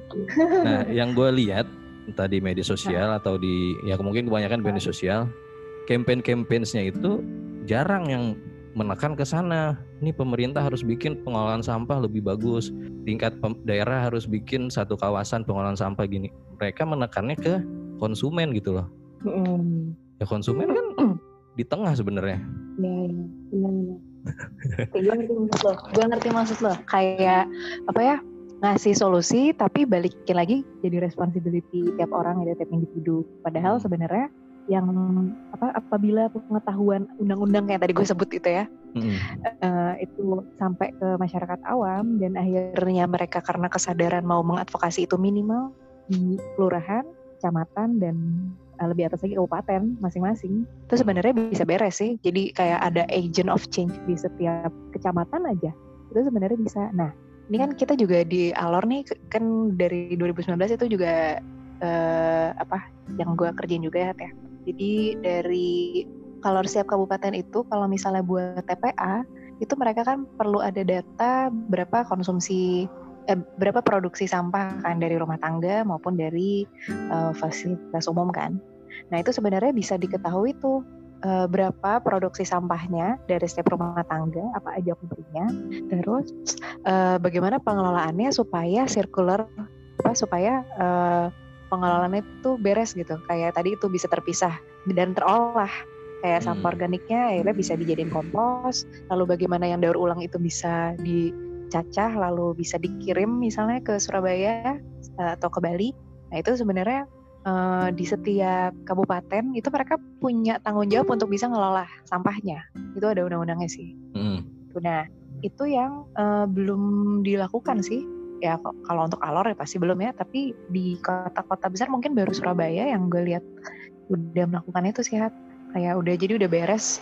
[SPEAKER 1] Nah yang gue lihat entah di media sosial atau di ya mungkin kebanyakan media sosial, campaign-campaignsnya itu jarang yang menekan ke sana. Ini pemerintah harus bikin pengelolaan sampah lebih bagus, tingkat daerah harus bikin satu kawasan pengelolaan sampah gini. Mereka menekannya ke konsumen gitu loh. Mm. Ya konsumen kan di tengah sebenarnya.
[SPEAKER 3] Ya, ya, benar-benar. Gue ngerti maksud lo. Gue ngerti maksud lo. Kayak apa ya? Ngasih solusi tapi balikin lagi jadi responsibility tiap orang ya, tiap individu. Padahal sebenarnya yang apa apabila pengetahuan undang-undang kayak tadi gue sebut itu ya, mm-hmm. uh, itu sampai ke masyarakat awam dan akhirnya mereka karena kesadaran mau mengadvokasi itu minimal di kelurahan, kecamatan dan uh, lebih atas lagi kabupaten masing-masing, itu sebenarnya bisa beres sih. Jadi kayak ada agent of change di setiap kecamatan aja, itu sebenarnya bisa. Nah ini kan kita juga di Alor nih kan dari dua ribu sembilan belas itu juga uh, apa yang gue kerjain juga ya, ya. Jadi dari kalau setiap kabupaten itu kalau misalnya buat T P A itu mereka kan perlu ada data berapa konsumsi eh, berapa produksi sampah kan dari rumah tangga maupun dari uh, fasilitas umum kan. Nah itu sebenarnya bisa diketahui tuh uh, berapa produksi sampahnya dari setiap rumah tangga, apa aja pemberinya, terus uh, bagaimana pengelolaannya supaya circular, apa supaya uh, pengelolaannya itu beres gitu. Kayak tadi itu bisa terpisah dan terolah. Kayak sampah hmm. organiknya akhirnya bisa dijadiin kompos. Lalu bagaimana yang daur ulang itu bisa dicacah lalu bisa dikirim misalnya ke Surabaya atau ke Bali. Nah itu sebenarnya uh, di setiap kabupaten itu mereka punya tanggung jawab untuk bisa ngelola sampahnya. Itu ada undang-undangnya sih. Hmm. Nah itu yang uh, belum dilakukan sih. Ya kalau untuk Alor ya pasti belum ya, tapi di kota-kota besar mungkin baru Surabaya yang gue lihat udah melakukan itu sih, kayak udah jadi udah beres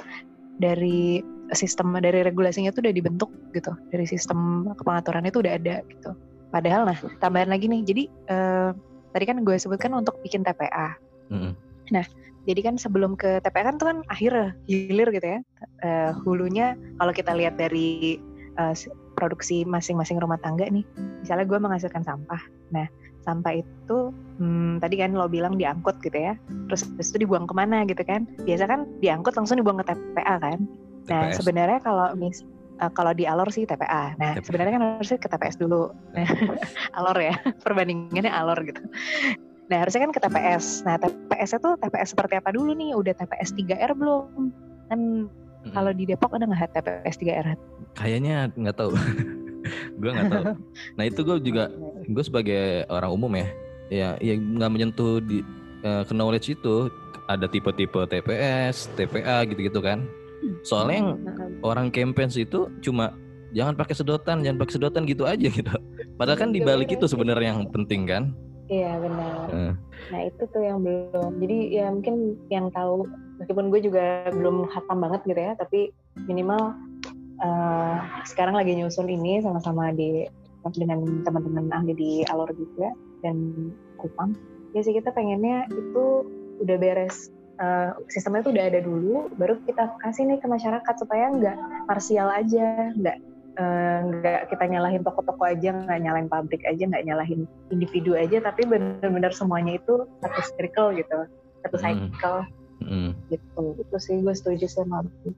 [SPEAKER 3] dari sistem, dari regulasinya tuh udah dibentuk gitu, dari sistem pengaturannya itu udah ada gitu. Padahal nah tambahan lagi nih, jadi eh, tadi kan gue sebutkan untuk bikin T P A. Mm-hmm. Nah jadi kan sebelum ke T P A kan tuh kan akhir hilir gitu ya, eh, hulunya kalau kita lihat dari eh, produksi masing-masing rumah tangga nih, misalnya gue menghasilkan sampah. Nah, sampah itu
[SPEAKER 4] hmm, tadi kan lo bilang diangkut gitu ya, terus habis itu dibuang kemana gitu kan. Biasa kan diangkut langsung dibuang ke T P A kan. Nah
[SPEAKER 1] T P S.
[SPEAKER 4] sebenarnya kalau mis uh, kalau di Alor sih T P A. Nah
[SPEAKER 1] T P A.
[SPEAKER 4] sebenarnya kan harusnya ke T P S dulu. Nah, Alor ya, perbandingannya Alor gitu. Nah harusnya kan ke T P S. Nah T P S itu T P S seperti apa dulu nih? Udah T P S tiga R belum? Kan
[SPEAKER 1] Mm-mm.
[SPEAKER 4] kalau di Depok ada nggak T P S tiga R?
[SPEAKER 1] Kayaknya nggak tahu. Gue nggak tahu. Nah itu gue juga, gue sebagai orang umum ya, ya ya nggak menyentuh di uh, ke knowledge itu. Ada tipe-tipe T P S, T P A gitu-gitu kan. Soalnya yang orang campaigns itu cuma jangan pakai sedotan, jangan pakai sedotan gitu aja gitu. Padahal kan dibalik itu sebenarnya yang penting kan.
[SPEAKER 4] Iya benar.
[SPEAKER 1] Uh.
[SPEAKER 4] Nah itu tuh yang belum. Jadi ya mungkin yang tahu, meskipun gue juga belum hatam banget gitu ya, tapi minimal uh, sekarang lagi nyusun ini sama-sama di dengan teman-teman ahli di Alor juga dan Kupang. Ya sih kita pengennya itu udah beres, uh, sistemnya itu udah ada dulu, baru kita kasih nih ke masyarakat supaya nggak parsial aja, nggak nggak uh, kita nyalahin toko-toko aja, nggak nyalahin pabrik aja, nggak nyalahin individu aja, tapi benar-benar semuanya itu satu circle gitu, satu cycle mm. gitu. Itu sih gue setuju sama itu.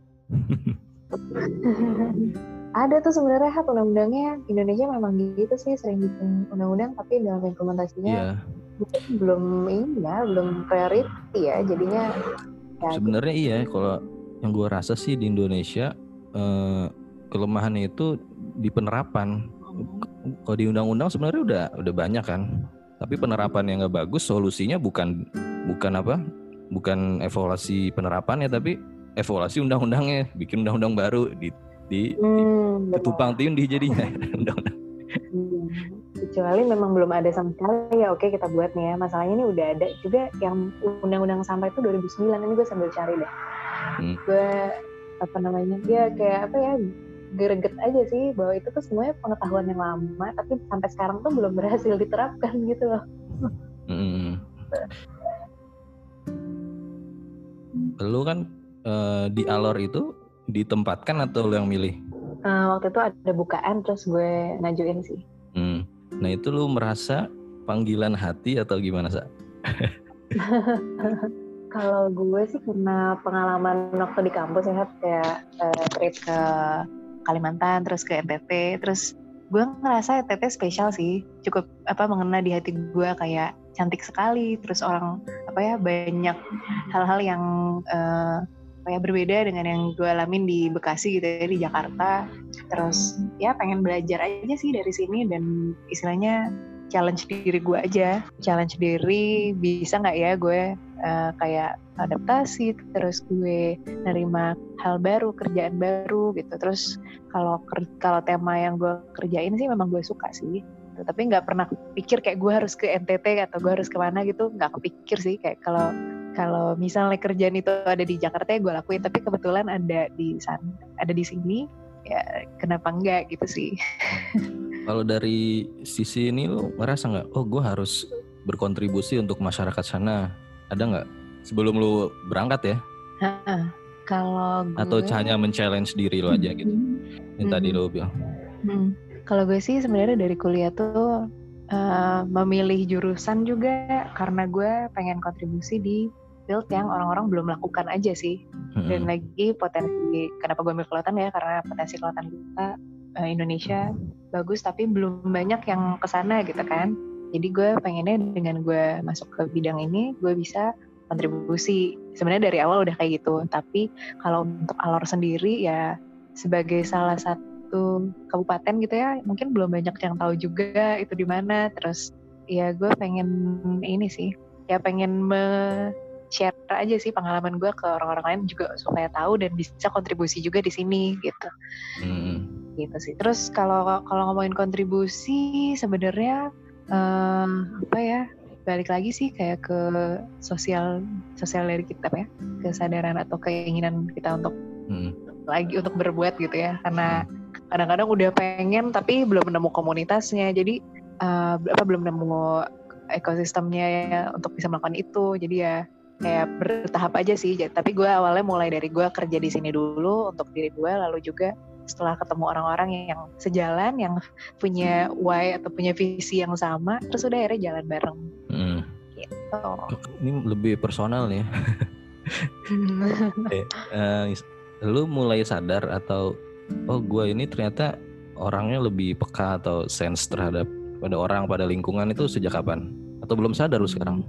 [SPEAKER 4] Ada tuh sebenarnya hak undang-undangnya, Indonesia memang gitu sih, sering bikin undang-undang tapi dalam implementasinya yeah. belum ini ya, belum priority ya, jadinya ya,
[SPEAKER 1] sebenarnya gitu. Iya, kalau yang gue rasa sih di Indonesia eh, kelemahannya itu di penerapan. Kalau di undang-undang sebenarnya udah udah banyak kan, tapi penerapan yang nggak bagus. Solusinya bukan bukan apa, bukan evaluasi penerapannya, tapi evaluasi undang-undangnya, bikin undang-undang baru di di, hmm, di ketupang tindih jadinya undang-undang.
[SPEAKER 4] Hmm. Kecuali memang belum ada sama sekali ya, oke kita buat nih ya. Masalahnya ini udah ada juga yang undang-undang sampah itu dua ribu sembilan, ini gue sambil cari deh. Hmm. Gue apa namanya, dia kayak apa ya, greget aja sih bahwa itu tuh semuanya pengetahuan yang lama tapi sampai sekarang tuh belum berhasil diterapkan gitu loh.
[SPEAKER 1] Hmm. Lu kan uh, di Alor itu ditempatkan atau lu yang milih?
[SPEAKER 4] Uh, waktu itu ada bukaan terus gue ngajuin sih.
[SPEAKER 1] Hmm. Nah itu lu merasa panggilan hati atau gimana, Sa?
[SPEAKER 4] Kalau gue sih karena pengalaman waktu di kampus ya, kayak uh, trip ke Kalimantan, terus ke N T T, terus gue ngerasa N T T spesial sih, cukup apa mengena di hati gue, kayak cantik sekali, terus orang apa ya banyak hal-hal yang uh, kayak berbeda dengan yang gue alamin di Bekasi gitu ya, di Jakarta. Terus ya pengen belajar aja sih dari sini dan istilahnya challenge diri gue aja, challenge diri bisa nggak ya gue uh, kayak adaptasi, terus gue nerima hal baru, kerjaan baru gitu. Terus kalau kalau tema yang gue kerjain sih memang gue suka sih, gitu. Tapi nggak pernah pikir kayak gue harus ke N T T atau gue harus kemana gitu, nggak kepikir sih. Kayak kalau kalau misalnya kerjaan itu ada di Jakarta ya gue lakuin, tapi kebetulan ada di sana, ada di sini, ya kenapa enggak gitu sih.
[SPEAKER 1] Kalau dari sisi ini lu ngerasa nggak, oh gue harus berkontribusi untuk masyarakat sana, ada nggak sebelum lu berangkat ya?
[SPEAKER 4] Ha-ha. Kalau gue...
[SPEAKER 1] Atau hanya men-challenge diri lu aja gitu, hmm. yang hmm. tadi lu bilang.
[SPEAKER 4] Hmm. Kalau gue sih sebenarnya dari kuliah tuh uh, memilih jurusan juga karena gue pengen kontribusi di field yang orang-orang belum lakukan aja sih. Hmm. Dan lagi potensi, kenapa gue ambil kelautan ya, karena potensi kelautan kita Indonesia bagus tapi belum banyak yang kesana gitu kan. Jadi gue pengennya dengan gue masuk ke bidang ini gue bisa kontribusi. Sebenarnya dari awal udah kayak gitu, tapi kalau untuk Alor sendiri ya sebagai salah satu kabupaten gitu ya, mungkin belum banyak yang tahu juga itu di mana. Terus ya gue pengen ini sih, ya pengen me- share aja sih pengalaman gue ke orang-orang lain juga supaya tahu dan bisa kontribusi juga di sini gitu. Hmm. Gitu sih. Terus kalau kalau ngomongin kontribusi sebenarnya um, apa ya, balik lagi sih kayak ke sosial sosial dari kita ya, kesadaran atau keinginan kita untuk hmm. lagi untuk berbuat gitu ya, karena kadang-kadang udah pengen tapi belum nemu komunitasnya, jadi uh, apa belum nemu ekosistemnya ya untuk bisa melakukan itu. Jadi ya kayak bertahap aja sih. Tapi gue awalnya mulai dari gue kerja di sini dulu untuk diri gue, lalu juga setelah ketemu orang-orang yang sejalan, yang punya why atau punya visi yang sama, terus udah akhirnya jalan bareng.
[SPEAKER 1] Hmm.
[SPEAKER 4] gitu.
[SPEAKER 1] Ini lebih personal nih. eh, uh, lu mulai sadar atau oh gue ini ternyata orangnya lebih peka atau sense terhadap pada orang, pada lingkungan itu sejak kapan? Atau belum sadar lu sekarang?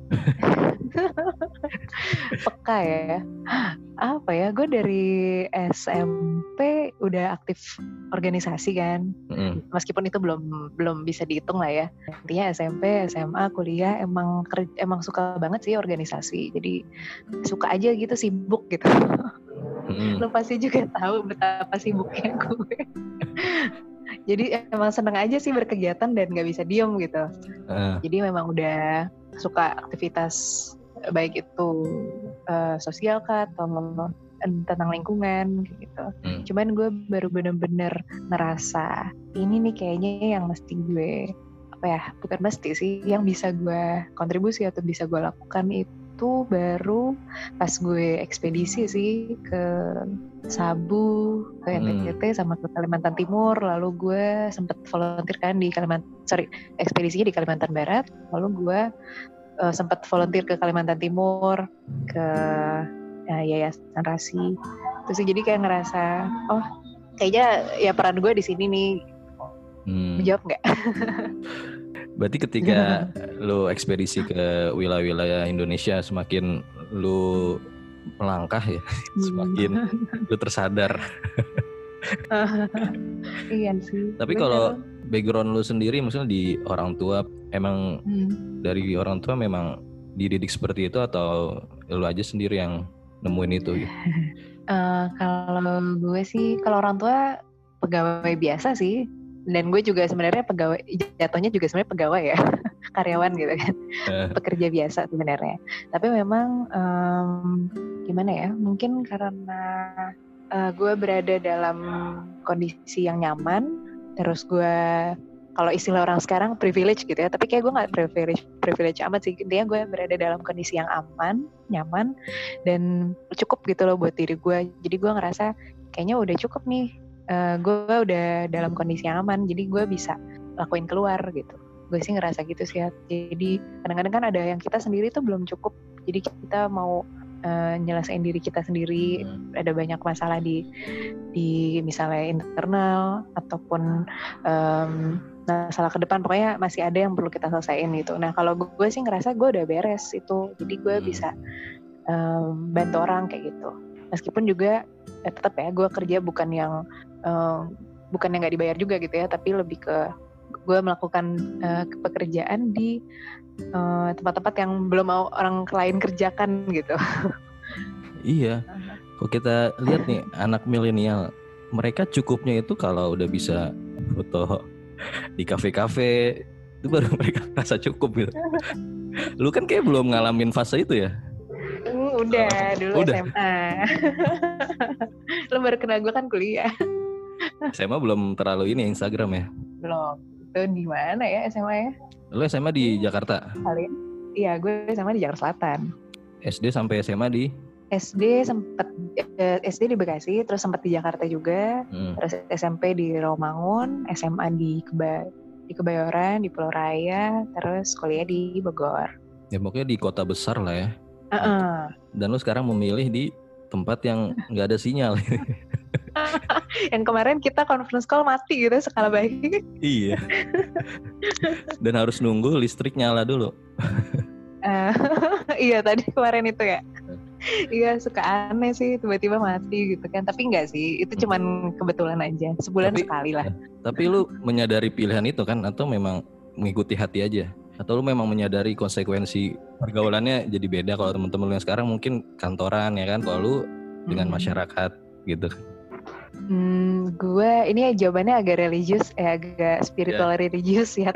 [SPEAKER 4] Peka ya. Apa ya, gue dari S M P udah aktif organisasi kan. Mm. Meskipun itu belum belum bisa dihitung lah ya. Intinya S M P, S M A, kuliah emang emang suka banget sih organisasi. Jadi suka aja gitu, sibuk gitu. Mm. Lo pasti juga tahu betapa sibuknya gue. Jadi emang seneng aja sih berkegiatan dan gak bisa diem gitu. Uh. Jadi memang udah suka aktivitas baik itu uh, sosial kah atau tentang lingkungan gitu. Hmm. Cuman gue baru bener-bener ngerasa ini nih kayaknya yang mesti gue apa ya, bukan mesti sih, yang bisa gue kontribusi atau bisa gue lakukan itu baru pas gue ekspedisi sih ke Sabu, ke N T T hmm. sama ke Kalimantan Timur. Lalu gue sempet volunteer kan di Kalimantan, sorry ekspedisinya di Kalimantan Barat. Lalu gue uh, sempet volunteer ke Kalimantan Timur, ke uh, Yayasan Rasi. Terus jadi kayak ngerasa, oh kayaknya ya peran gue di sini nih. Hmm. Menjawab nggak?
[SPEAKER 1] Berarti ketika lu ekspedisi ke wilayah-wilayah Indonesia, semakin lu melangkah ya, semakin lu tersadar.
[SPEAKER 4] Iya sih.
[SPEAKER 1] Tapi kalau background lu sendiri, maksudnya di orang tua, emang hmm. dari orang tua memang dididik seperti itu atau lu aja sendiri yang nemuin itu? Gitu?
[SPEAKER 4] Uh, kalau gue sih, kalau orang tua pegawai biasa sih. Dan gue juga sebenarnya pegawai, jatuhnya juga sebenarnya pegawai ya, karyawan gitu kan, uh. pekerja biasa sebenarnya. Tapi memang um, gimana ya, mungkin karena uh, gue berada dalam kondisi yang nyaman, terus gue, kalau istilah orang sekarang privilege gitu ya, tapi kayak gue nggak privilege privilege amat sih. Intinya gue berada dalam kondisi yang aman, nyaman, dan cukup gitu loh buat diri gue. Jadi gue ngerasa kayaknya udah cukup nih. Uh, gue udah dalam kondisi yang aman, jadi gue bisa lakuin keluar gitu. Gue sih ngerasa gitu sih. Jadi kadang-kadang kan ada yang kita sendiri tuh belum cukup, jadi kita mau uh, nyelesain diri kita sendiri. Hmm. Ada banyak masalah di di misalnya internal ataupun um, masalah ke depan, pokoknya masih ada yang perlu kita selesaiin gitu. Nah kalau gue, gue sih ngerasa gue udah beres itu, jadi gue hmm. bisa um, bantu orang kayak gitu. Meskipun juga eh, tetap ya gue kerja bukan yang um, bukan yang nggak dibayar juga gitu ya, tapi lebih ke gue melakukan uh, pekerjaan di uh, tempat-tempat yang belum mau orang lain kerjakan gitu.
[SPEAKER 1] Iya, kalau kita lihat nih anak milenial, mereka cukupnya itu kalau udah bisa foto di kafe-kafe itu baru mereka rasa cukup gitu. Lu kan kayak belum ngalamin fase itu ya?
[SPEAKER 4] Uh, udah, dulu udah. S M A. Lo baru kenal gue kan kuliah.
[SPEAKER 1] S M A belum terlalu ini Instagram ya?
[SPEAKER 4] Belum. Itu di mana ya S M A ya?
[SPEAKER 1] Lo S M A di Jakarta?
[SPEAKER 4] Kalian? Iya, gue S M A di Jakarta Selatan.
[SPEAKER 1] S D sampai S M A di?
[SPEAKER 4] S D sempet eh, S D di Bekasi, terus sempet di Jakarta juga. Hmm. Terus S M P di Rawamangun, S M A di Keba di Kebayoran, di Pulau Raya, terus kuliah di Bogor.
[SPEAKER 1] Ya pokoknya di kota besar lah ya.
[SPEAKER 4] Uh-uh.
[SPEAKER 1] Dan lu sekarang memilih di tempat yang nggak ada sinyal.
[SPEAKER 4] Yang kemarin kita conference call mati gitu skala baik.
[SPEAKER 1] Iya. Dan harus nunggu listrik nyala dulu.
[SPEAKER 4] uh, iya tadi kemarin itu ya. Iya suka aneh sih tiba-tiba mati gitu kan. Tapi enggak sih, itu cuman kebetulan aja. Sebulan tapi, sekali lah.
[SPEAKER 1] Tapi lu menyadari pilihan itu kan, atau memang mengikuti hati aja? Atau lu memang menyadari konsekuensi pergaulannya jadi beda? Kalau teman-teman lu yang sekarang mungkin kantoran ya kan, kalau lu dengan masyarakat gitu.
[SPEAKER 4] Hmm, gue ini ya jawabannya agak religius, eh agak spiritual yeah. religius ya.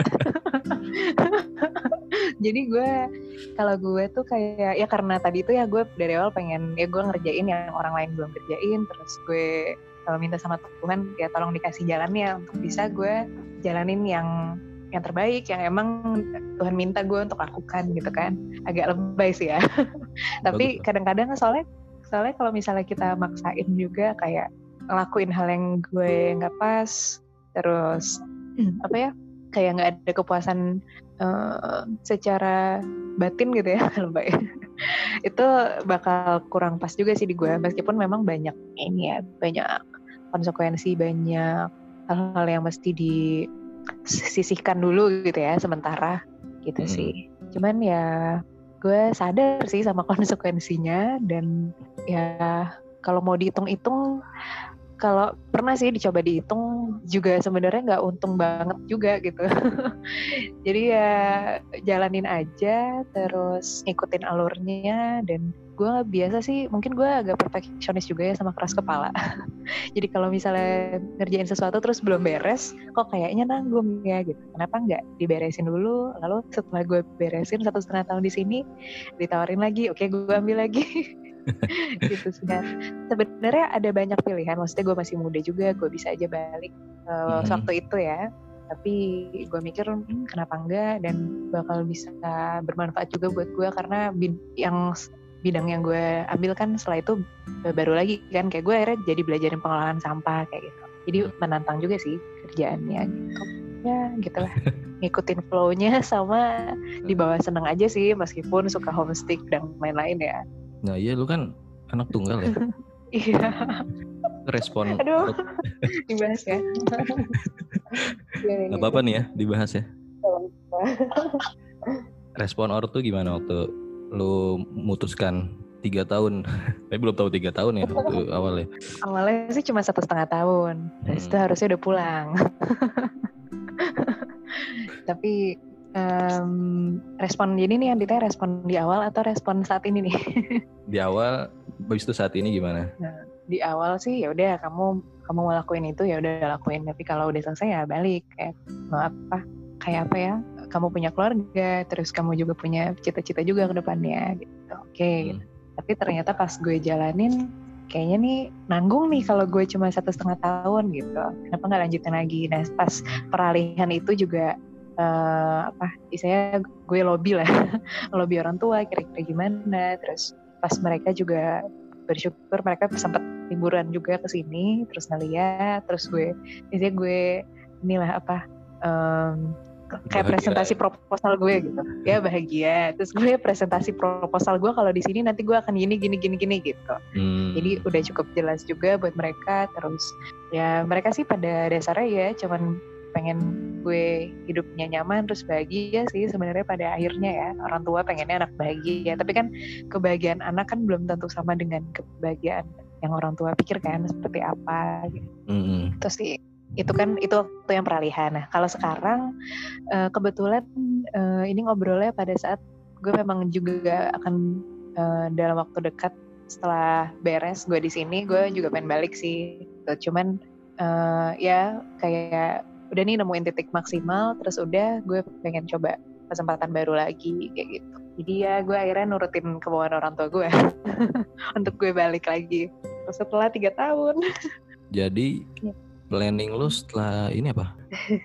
[SPEAKER 4] Jadi gue kalau gue tuh kayak ya karena tadi itu ya gue dari awal pengen ya gue ngerjain yang orang lain belum kerjain, terus gue kalau minta sama Tuhan ya tolong dikasih jalannya untuk bisa gue jalanin yang yang terbaik, yang emang Tuhan minta gue untuk lakukan gitu kan. Agak lebay sih ya. Tapi bagus. Kadang-kadang soalnya soalnya kalau misalnya kita maksain juga kayak ngelakuin hal yang gue nggak pas, terus apa ya kayak nggak ada kepuasan uh, secara batin gitu ya kalau Mbak. Itu bakal kurang pas juga sih di gue, meskipun memang banyak ini ya, banyak konsekuensi, banyak hal-hal yang mesti disisihkan dulu gitu ya sementara gitu hmm. sih. Cuman ya gue sadar sih sama konsekuensinya, dan ya kalau mau dihitung-hitung, kalau pernah sih dicoba dihitung juga sebenarnya nggak untung banget juga gitu. Jadi ya jalanin aja, terus ngikutin alurnya. Dan gue biasa sih, mungkin gue agak perfeksionis juga ya sama keras kepala. Jadi kalau misalnya ngerjain sesuatu terus belum beres, kok kayaknya nanggung ya gitu. Kenapa nggak diberesin dulu? Lalu setelah gue beresin satu setengah tahun di sini, ditawarin lagi, oke gue ambil lagi. Gitu sih. Sebenarnya ada banyak pilihan, maksudnya gue masih muda juga, gue bisa aja balik uh, mm-hmm. waktu itu ya, tapi gue mikir hmm, kenapa enggak, dan bakal bisa bermanfaat juga buat gue, karena bid- yang bidang yang gue ambil kan setelah itu baru lagi kan, kayak gue akhirnya jadi belajarin pengelolaan sampah kayak gitu, jadi menantang juga sih kerjaannya gitu ya, gitulah. Ngikutin flow-nya sama dibawa seneng aja sih, meskipun suka homesick dan lain-lain ya.
[SPEAKER 1] Nah iya, lu kan anak tunggal ya.
[SPEAKER 4] Iya.
[SPEAKER 1] Respon.
[SPEAKER 4] Aduh, dibahas ya.
[SPEAKER 1] Gak apa-apa nih ya, dibahas ya. Respon ortu gimana waktu lu memutuskan tiga tahun? Tapi belum tahu tiga tahun ya waktu awalnya.
[SPEAKER 4] Awalnya sih cuma satu setengah tahun. Terus hmm. itu harusnya udah pulang. Tapi Um, respon ini nih yang ditanya, respon di awal atau respon saat ini nih?
[SPEAKER 1] Di awal, habis itu saat ini gimana?
[SPEAKER 4] Nah, di awal sih ya udah kamu kamu mau lakuin itu ya udah lakuin, tapi kalau udah selesai ya balik, kayak mau apa, kayak apa ya, kamu punya keluarga, terus kamu juga punya cita-cita juga ke depannya gitu. Oke. Okay. Hmm. Tapi ternyata pas gue jalanin, kayaknya nih nanggung nih kalau gue cuma satu setengah tahun gitu. Kenapa nggak lanjutin lagi? Nah pas peralihan itu juga Uh, apa istilahnya gue lobby lah lobby orang tua kira-kira gimana, terus pas mereka juga bersyukur mereka sempat liburan juga ke sini terus ngeliat, terus gue istilahnya gue inilah apa um, kayak bahagia. Presentasi proposal gue gitu ya, bahagia, terus gue presentasi proposal gue kalau di sini nanti gue akan gini gini gini gini gitu. hmm. Jadi udah cukup jelas juga buat mereka, terus ya mereka sih pada dasarnya ya cuman pengen gue hidupnya nyaman terus bahagia sih sebenarnya pada akhirnya ya. Orang tua pengennya anak bahagia, tapi kan kebahagiaan anak kan belum tentu sama dengan kebahagiaan yang orang tua pikirkan seperti apa gitu. Mm-hmm. Terus sih itu kan itu waktu yang peralihan. Nah kalau sekarang uh, kebetulan uh, ini ngobrolnya pada saat gue memang juga akan uh, dalam waktu dekat setelah beres gue di sini, gue juga pengen balik sih. Cuman uh, ya kayak udah nih nemuin titik maksimal, terus udah gue pengen coba kesempatan baru lagi kayak gitu. Jadi ya gue akhirnya nurutin kemauan orang tua gue untuk gue balik lagi setelah tiga tahun.
[SPEAKER 1] Jadi ya. Planning lu setelah ini apa?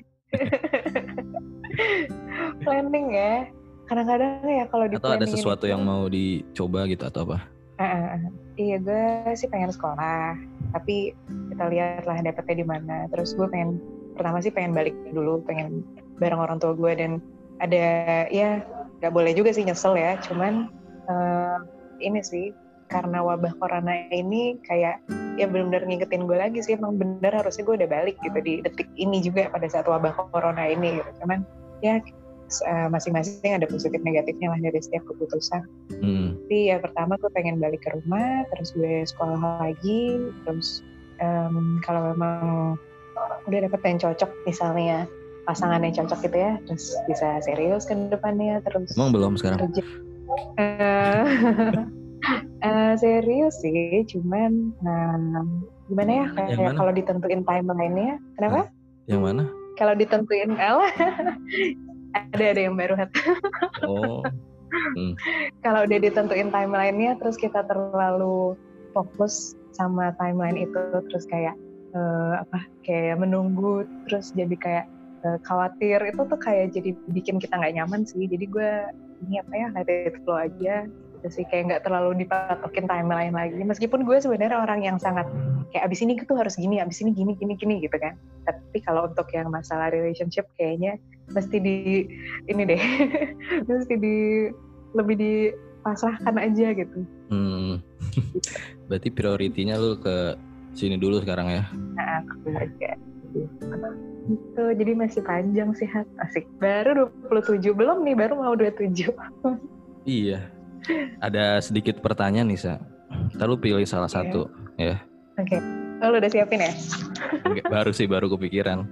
[SPEAKER 4] Planning ya, kadang-kadang ya kalau di
[SPEAKER 1] atau ada sesuatu
[SPEAKER 4] itu,
[SPEAKER 1] yang mau dicoba gitu atau apa?
[SPEAKER 4] Uh, iya gue sih pengen sekolah, tapi kita lihat lah dapetnya di mana. Terus gue pengen pertama sih pengen balik dulu, pengen bareng orang tua gue, dan ada ya nggak boleh juga sih nyesel ya, cuman uh, ini sih karena wabah corona ini kayak ya benar-benar ngingetin gue lagi sih, emang bener harusnya gue udah balik gitu di detik ini juga pada saat wabah corona ini gitu. Cuman ya uh, masing-masing ada positif negatifnya lah dari setiap keputusan. Hmm. Tapi ya pertama gue pengen balik ke rumah, terus gue sekolah lagi, terus um, kalau memang udah dapet yang cocok misalnya pasangan yang cocok gitu ya, terus bisa serius ke depannya. Terus
[SPEAKER 1] emang belum sekarang?
[SPEAKER 4] Kerja. Uh, uh, serius sih, cuman um, gimana ya kayak kalau ditentuin timeline-nya. Kenapa?
[SPEAKER 1] Yang mana?
[SPEAKER 4] Kalau ditentuin Allah ada ada yang baru.
[SPEAKER 1] Oh. Hmm.
[SPEAKER 4] Kalau udah ditentuin timeline-nya, terus kita terlalu fokus sama timeline itu, terus kayak Uh, apa kayak menunggu, terus jadi kayak uh, khawatir, itu tuh kayak jadi bikin kita nggak nyaman sih. Jadi gue ini apa ya let it flow aja, gitu sih, kayak nggak terlalu dipatokin timeline lagi. Meskipun gue sebenarnya orang yang sangat kayak abis ini gitu harus gini, abis ini gini gini gini gitu kan. Tapi kalau untuk yang masalah relationship kayaknya mesti di ini deh, mesti di lebih dipasrahkan aja gitu.
[SPEAKER 2] Hmm. Berarti prioritinya lu ke sini dulu sekarang ya?
[SPEAKER 4] Nah, keluarga. Gitu, jadi masih panjang sih, asik. Baru dua puluh tujuh, belum nih, baru mau dua puluh tujuh.
[SPEAKER 2] Iya. Ada sedikit pertanyaan nih, Sa. Ntar lu pilih salah
[SPEAKER 4] okay.
[SPEAKER 2] satu, ya.
[SPEAKER 4] Oke. Okay. Oh, lu udah siapin ya?
[SPEAKER 2] Baru sih, baru kepikiran.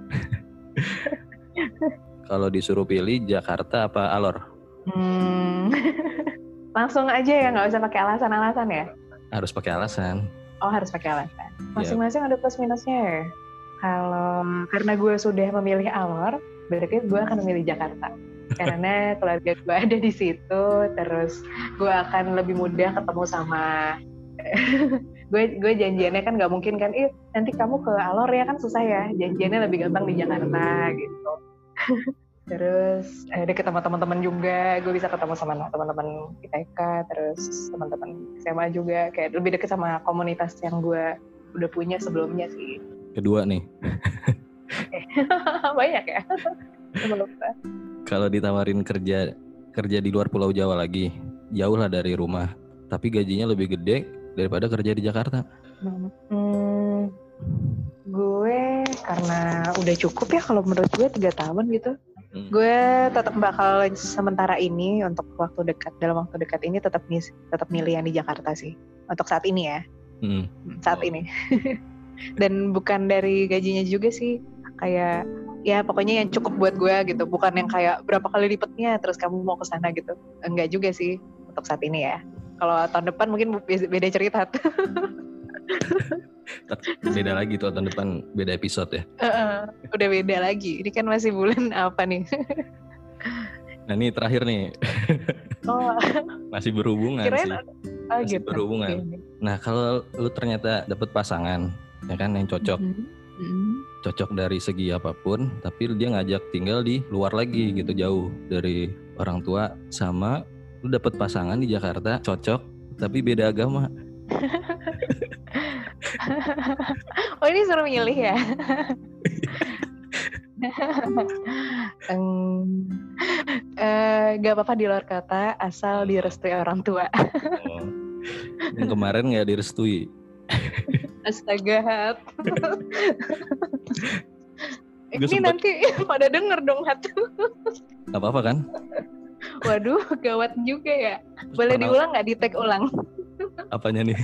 [SPEAKER 2] Kalau disuruh pilih Jakarta apa Alor?
[SPEAKER 4] Hmm. Langsung aja ya, nggak usah pakai alasan-alasan ya?
[SPEAKER 2] Harus pakai alasan.
[SPEAKER 4] Oh, harus pakai alasan. Masing-masing yep. Ada plus minusnya ya? Kalau karena gue sudah memilih Alor, berarti gue akan memilih Jakarta. Karena keluarga gue ada di situ, terus gue akan lebih mudah ketemu sama gue gue janjiannya kan nggak mungkin kan, ih nanti kamu ke Alor ya kan susah ya, janjiannya lebih gampang di Jakarta gitu. Terus eh, deket sama teman-teman juga, gue bisa ketemu sama teman-teman I T K, terus teman-teman S M A juga, kayak lebih deket sama komunitas yang gue udah punya sebelumnya sih.
[SPEAKER 2] Kedua nih.
[SPEAKER 4] Banyak ya.
[SPEAKER 2] Kalau ditawarin kerja kerja di luar Pulau Jawa lagi, jauh lah dari rumah, tapi gajinya lebih gede daripada kerja di Jakarta.
[SPEAKER 4] Hmm, gue karena udah cukup ya kalau menurut gue tiga tahun gitu. Hmm. Gue tetap bakal sementara ini untuk waktu dekat, dalam waktu dekat ini tetap tetap milih yang di Jakarta sih. Untuk saat ini ya. Hmm. Saat oh. ini. Dan bukan dari gajinya juga sih, kayak ya pokoknya yang cukup buat gue gitu, bukan yang kayak berapa kali lipatnya terus kamu mau ke sana gitu. Enggak juga sih untuk saat ini ya. Kalau tahun depan mungkin beda cerita.
[SPEAKER 2] Beda lagi tuh tahun depan, beda episode ya.
[SPEAKER 4] Uh, udah beda lagi. Ini kan masih bulan apa nih?
[SPEAKER 2] Nah ini terakhir nih.
[SPEAKER 4] Oh.
[SPEAKER 2] Masih berhubungan
[SPEAKER 4] Kirain,
[SPEAKER 2] sih.
[SPEAKER 4] Oh,
[SPEAKER 2] Masih
[SPEAKER 4] gitu.
[SPEAKER 2] berhubungan. Okay. Nah kalau lu ternyata dapet pasangan, ya kan yang cocok. Mm-hmm. Mm-hmm. Cocok dari segi apapun, tapi dia ngajak tinggal di luar lagi gitu, jauh dari orang tua, sama lu dapet pasangan di Jakarta cocok tapi beda agama.
[SPEAKER 4] Oh ini suruh milih ya? um, uh, gak apa-apa di luar kata asal direstui orang tua.
[SPEAKER 2] Oh. Yang kemarin gak direstui.
[SPEAKER 4] Astaga. Ini sempet... nanti pada denger dong Hat.
[SPEAKER 2] Gak apa-apa kan?
[SPEAKER 4] Waduh, gawat juga ya. Boleh pernah... diulang gak? Di-tag ulang.
[SPEAKER 2] Apanya nih?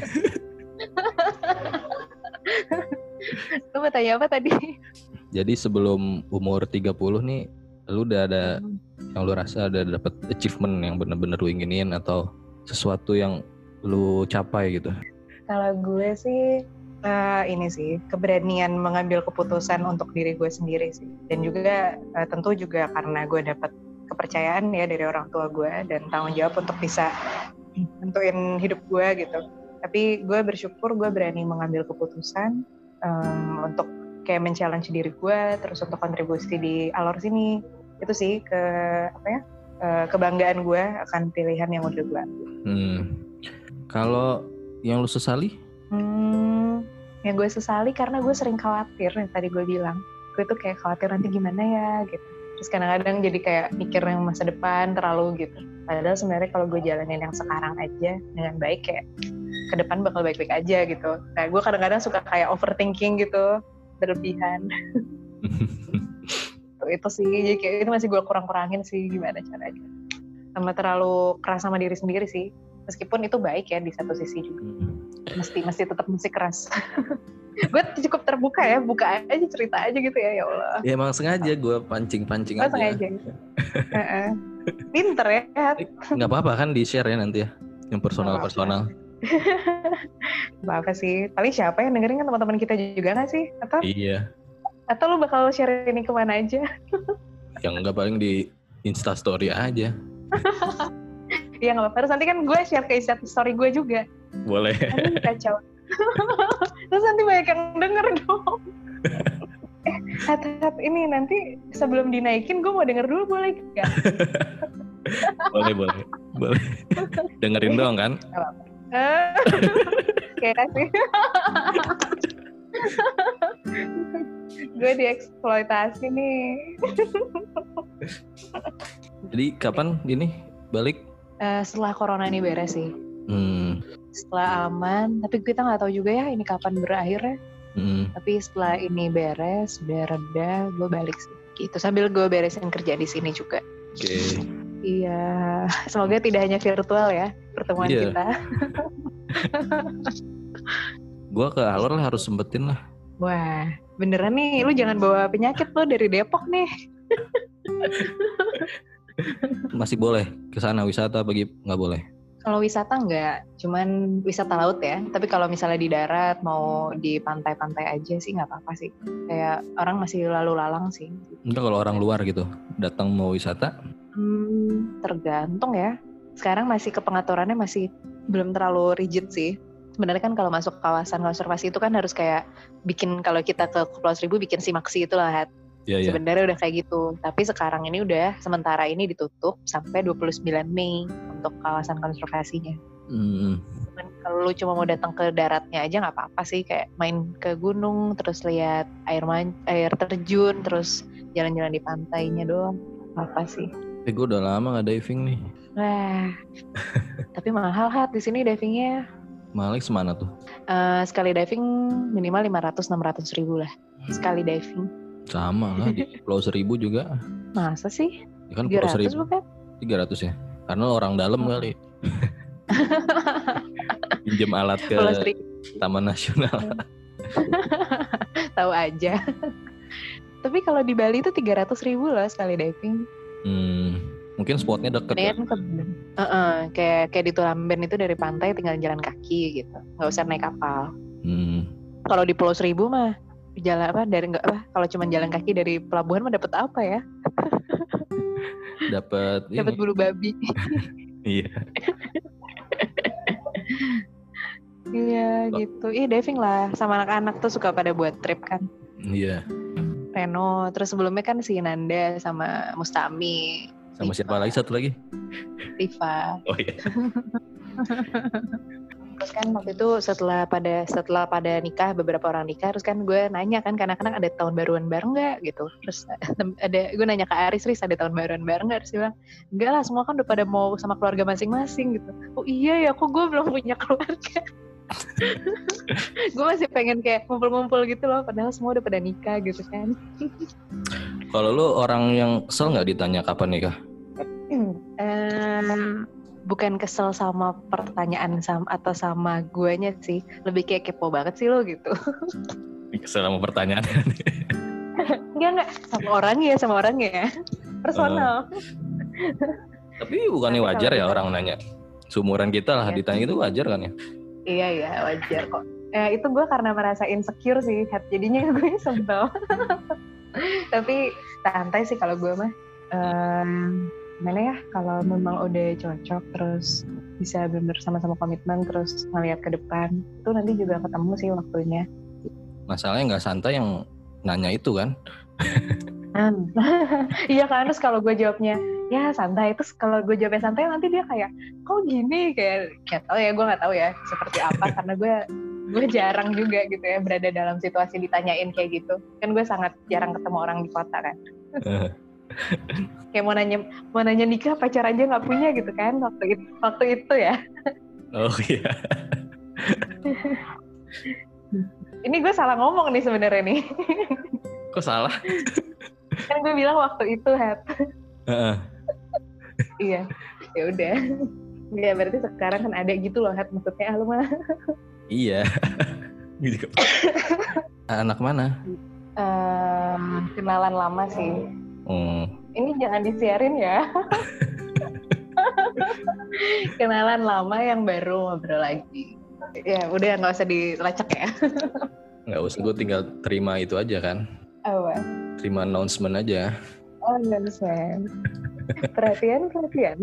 [SPEAKER 4] Lu mau tanya apa tadi?
[SPEAKER 2] Jadi sebelum umur tiga puluh nih, lu udah ada hmm. yang lu rasa udah dapet achievement yang bener-bener lu inginin atau sesuatu yang lu capai gitu?
[SPEAKER 4] Kalau gue sih uh, ini sih keberanian mengambil keputusan untuk diri gue sendiri sih, dan juga uh, tentu juga karena gue dapet kepercayaan ya dari orang tua gue dan tanggung jawab untuk bisa nentuin hidup gue gitu. Tapi gue bersyukur gue berani mengambil keputusan um, untuk kayak men-challenge diri gue, terus untuk kontribusi di Alor sini. Itu sih ke apa ya uh, kebanggaan gue akan pilihan yang udah gue ambil.
[SPEAKER 2] Hmm. Kalau yang lu sesali?
[SPEAKER 4] Hmm, yang gue sesali karena gue sering khawatir, yang tadi gue bilang. Gue tuh kayak khawatir nanti gimana ya gitu. Terus kadang-kadang jadi kayak mikir yang masa depan terlalu gitu. Padahal sebenarnya kalau gue jalanin yang sekarang aja dengan baik, kayak ke depan bakal baik-baik aja gitu. Nah gue kadang-kadang suka kayak overthinking gitu, berlebihan. Itu sih, jadi kayak itu masih gue kurang-kurangin sih gimana caranya. Sama terlalu keras sama diri sendiri sih. Meskipun itu baik ya di satu sisi juga. Mesti mesti tetap mesti keras. Gue cukup terbuka ya, buka aja cerita aja gitu ya, ya Allah.
[SPEAKER 2] Ya emang sengaja gue pancing-pancing
[SPEAKER 4] oh,
[SPEAKER 2] aja.
[SPEAKER 4] Sengaja. Pinter ya.
[SPEAKER 2] Nggak apa-apa kan di share ya nanti ya, yang personal-personal.
[SPEAKER 4] Gak apa sih, paling siapa yang dengerin kan teman-teman kita juga nggak sih? Atau?
[SPEAKER 2] Iya.
[SPEAKER 4] Atau lu bakal share ini kemana aja?
[SPEAKER 2] Yang nggak, paling di Instastory aja.
[SPEAKER 4] Iya nggak apa-apa, terus nanti kan gue share ke Instastory gue juga.
[SPEAKER 2] Boleh.
[SPEAKER 4] Aduh, kacau. Terus nanti banyak yang denger dong. Eh, hat-hat ini nanti sebelum dinaikin gue mau denger dulu, boleh gak?
[SPEAKER 2] Boleh, boleh.
[SPEAKER 1] Boleh. Dengerin doang kan?
[SPEAKER 4] Kayak sih. Gue dieksploitasi nih.
[SPEAKER 1] Jadi kapan ini balik?
[SPEAKER 4] Uh, setelah corona ini beres sih.
[SPEAKER 1] Hmm.
[SPEAKER 4] Setelah aman, tapi kita nggak tahu juga ya ini kapan berakhirnya.
[SPEAKER 1] Hmm.
[SPEAKER 4] Tapi setelah ini beres, udah reda, gue balik sih. Gitu sambil gue beresin kerja di sini juga.
[SPEAKER 1] Oke. Okay.
[SPEAKER 4] Iya, semoga tidak hanya virtual ya pertemuan
[SPEAKER 1] yeah.
[SPEAKER 4] kita.
[SPEAKER 1] Gue ke Alor lah harus sempetin lah.
[SPEAKER 4] Wah, beneran nih, lu jangan bawa penyakit lo dari Depok nih.
[SPEAKER 1] Masih boleh ke sana wisata bagi nggak boleh?
[SPEAKER 4] Kalau wisata enggak, cuman wisata laut ya. Tapi kalau misalnya di darat mau di pantai-pantai aja sih nggak apa-apa sih. Kayak orang masih lalu lalang sih.
[SPEAKER 1] Enggak kalau orang luar gitu datang mau wisata?
[SPEAKER 4] Hmm, tergantung ya. Sekarang masih kepengaturannya masih belum terlalu rigid sih. Sebenarnya kan kalau masuk kawasan konservasi itu kan harus kayak bikin, kalau kita ke Kepulauan Seribu bikin simaksi itu lah.
[SPEAKER 1] Ya, ya.
[SPEAKER 4] Sebenarnya udah kayak gitu. Tapi sekarang ini udah sementara ini ditutup sampai dua puluh sembilan Mei untuk kawasan konservasinya.
[SPEAKER 1] Hmm.
[SPEAKER 4] Cuman kalau lu cuma mau datang ke daratnya aja nggak apa-apa sih, kayak main ke gunung, terus lihat air man- air terjun, terus jalan-jalan di pantainya doang. Apa sih?
[SPEAKER 1] Eh gue udah lama nggak diving nih.
[SPEAKER 4] Wah. Tapi mahal hat di sini divingnya.
[SPEAKER 1] Mahalnya semana tuh?
[SPEAKER 4] Uh, sekali diving minimal lima ratus sampai enam ratus ribu lah. Sekali diving.
[SPEAKER 1] Sama lah di Pulau Seribu juga.
[SPEAKER 4] Masa sih?
[SPEAKER 1] Ya kan Pulau Seribu
[SPEAKER 4] bukan?
[SPEAKER 1] tiga ratus ya? Karena orang dalam oh. kali. Pinjam alat ke Taman Nasional.
[SPEAKER 4] Tahu aja. Tapi kalau di Bali itu tiga ratus ribu lah sekali diving.
[SPEAKER 1] Hmm, mungkin spotnya deket ya?
[SPEAKER 4] Uh-uh, kayak kayak di Tulamben itu dari pantai tinggal jalan kaki gitu, nggak usah naik kapal.
[SPEAKER 1] Hmm.
[SPEAKER 4] Kalau di Pulau Seribu mah jalan apa dari nggak apa? Kalau cuma jalan kaki dari pelabuhan mah dapat apa ya?
[SPEAKER 1] Dapat
[SPEAKER 4] dapat bulu babi.
[SPEAKER 1] Iya.
[SPEAKER 4] Iya gitu. Ih diving lah sama anak-anak tuh suka pada buat trip kan.
[SPEAKER 1] Iya.
[SPEAKER 4] Reno, terus sebelumnya kan si Nanda sama Mustami.
[SPEAKER 1] Sama
[SPEAKER 4] Riva.
[SPEAKER 1] Siapa lagi satu lagi?
[SPEAKER 4] Riva.
[SPEAKER 1] Oh iya.
[SPEAKER 4] Terus kan waktu itu setelah pada setelah pada nikah, beberapa orang nikah, terus kan gue nanya kan kadang-kadang ada tahun baruan bareng nggak gitu. Terus ada gue nanya ke Aris, Riz ada tahun baruan bareng nggak? Terus dia bilang enggak lah, semua kan udah pada mau sama keluarga masing-masing gitu. Oh iya ya, kok gue belum punya keluarga. Gue masih pengen kayak ngumpul-ngumpul gitu loh, padahal semua udah pada nikah gitu kan.
[SPEAKER 1] Kalau lu orang yang kesel nggak ditanya kapan nikah?
[SPEAKER 4] um, bukan kesel sama pertanyaan sama atau sama guanya sih, lebih kayak kepo banget sih lo gitu.
[SPEAKER 1] Kesel sama pertanyaan?
[SPEAKER 4] Enggak enggak sama orangnya sama orangnya personal. Uh,
[SPEAKER 1] tapi bukannya wajar ya orang nanya? Seumuran kita lah ya. Ditanya itu wajar kan ya?
[SPEAKER 4] Iya iya wajar kok. Eh, itu gue karena merasa insecure sih, jadinya gue sebel. Tapi santai sih kalau gue mah. Um, gimana ya? Kalau memang udah cocok, terus bisa benar sama-sama komitmen, terus ngeliat ke depan, itu nanti juga ketemu sih waktunya.
[SPEAKER 1] Masalahnya nggak santai yang nanya itu kan?
[SPEAKER 4] Iya kan, terus kalau gue jawabnya ya santai, terus kalau gue jawabnya santai nanti dia kayak kok gini, kayak nggak tahu ya, gue nggak tahu ya seperti apa karena gue gue jarang juga gitu ya berada dalam situasi ditanyain kayak gitu kan. Gue sangat jarang ketemu orang di kota kan. Kayak mau nanya mau nanya nikah pacar aja nggak punya gitu kan waktu itu waktu itu ya.
[SPEAKER 1] Oh iya.
[SPEAKER 4] Ini gue salah ngomong nih sebenarnya nih.
[SPEAKER 1] Kok salah?
[SPEAKER 4] Kan gue bilang waktu itu Hat.
[SPEAKER 1] Uh-uh.
[SPEAKER 4] Iya, ya udah. Ya berarti sekarang kan ada gitu loh Hat, maksudnya ah, lu mah.
[SPEAKER 1] Iya. Anak mana?
[SPEAKER 4] Um, kenalan lama sih.
[SPEAKER 1] Hmm.
[SPEAKER 4] Ini jangan disiarin ya. Kenalan lama yang baru ngobrol lagi. Ya udah nggak usah dilacak ya.
[SPEAKER 1] Nggak usah, gue tinggal terima itu aja kan.
[SPEAKER 4] Apa?
[SPEAKER 1] Terima announcement aja.
[SPEAKER 4] Oh announcement. Perhatian perhatian.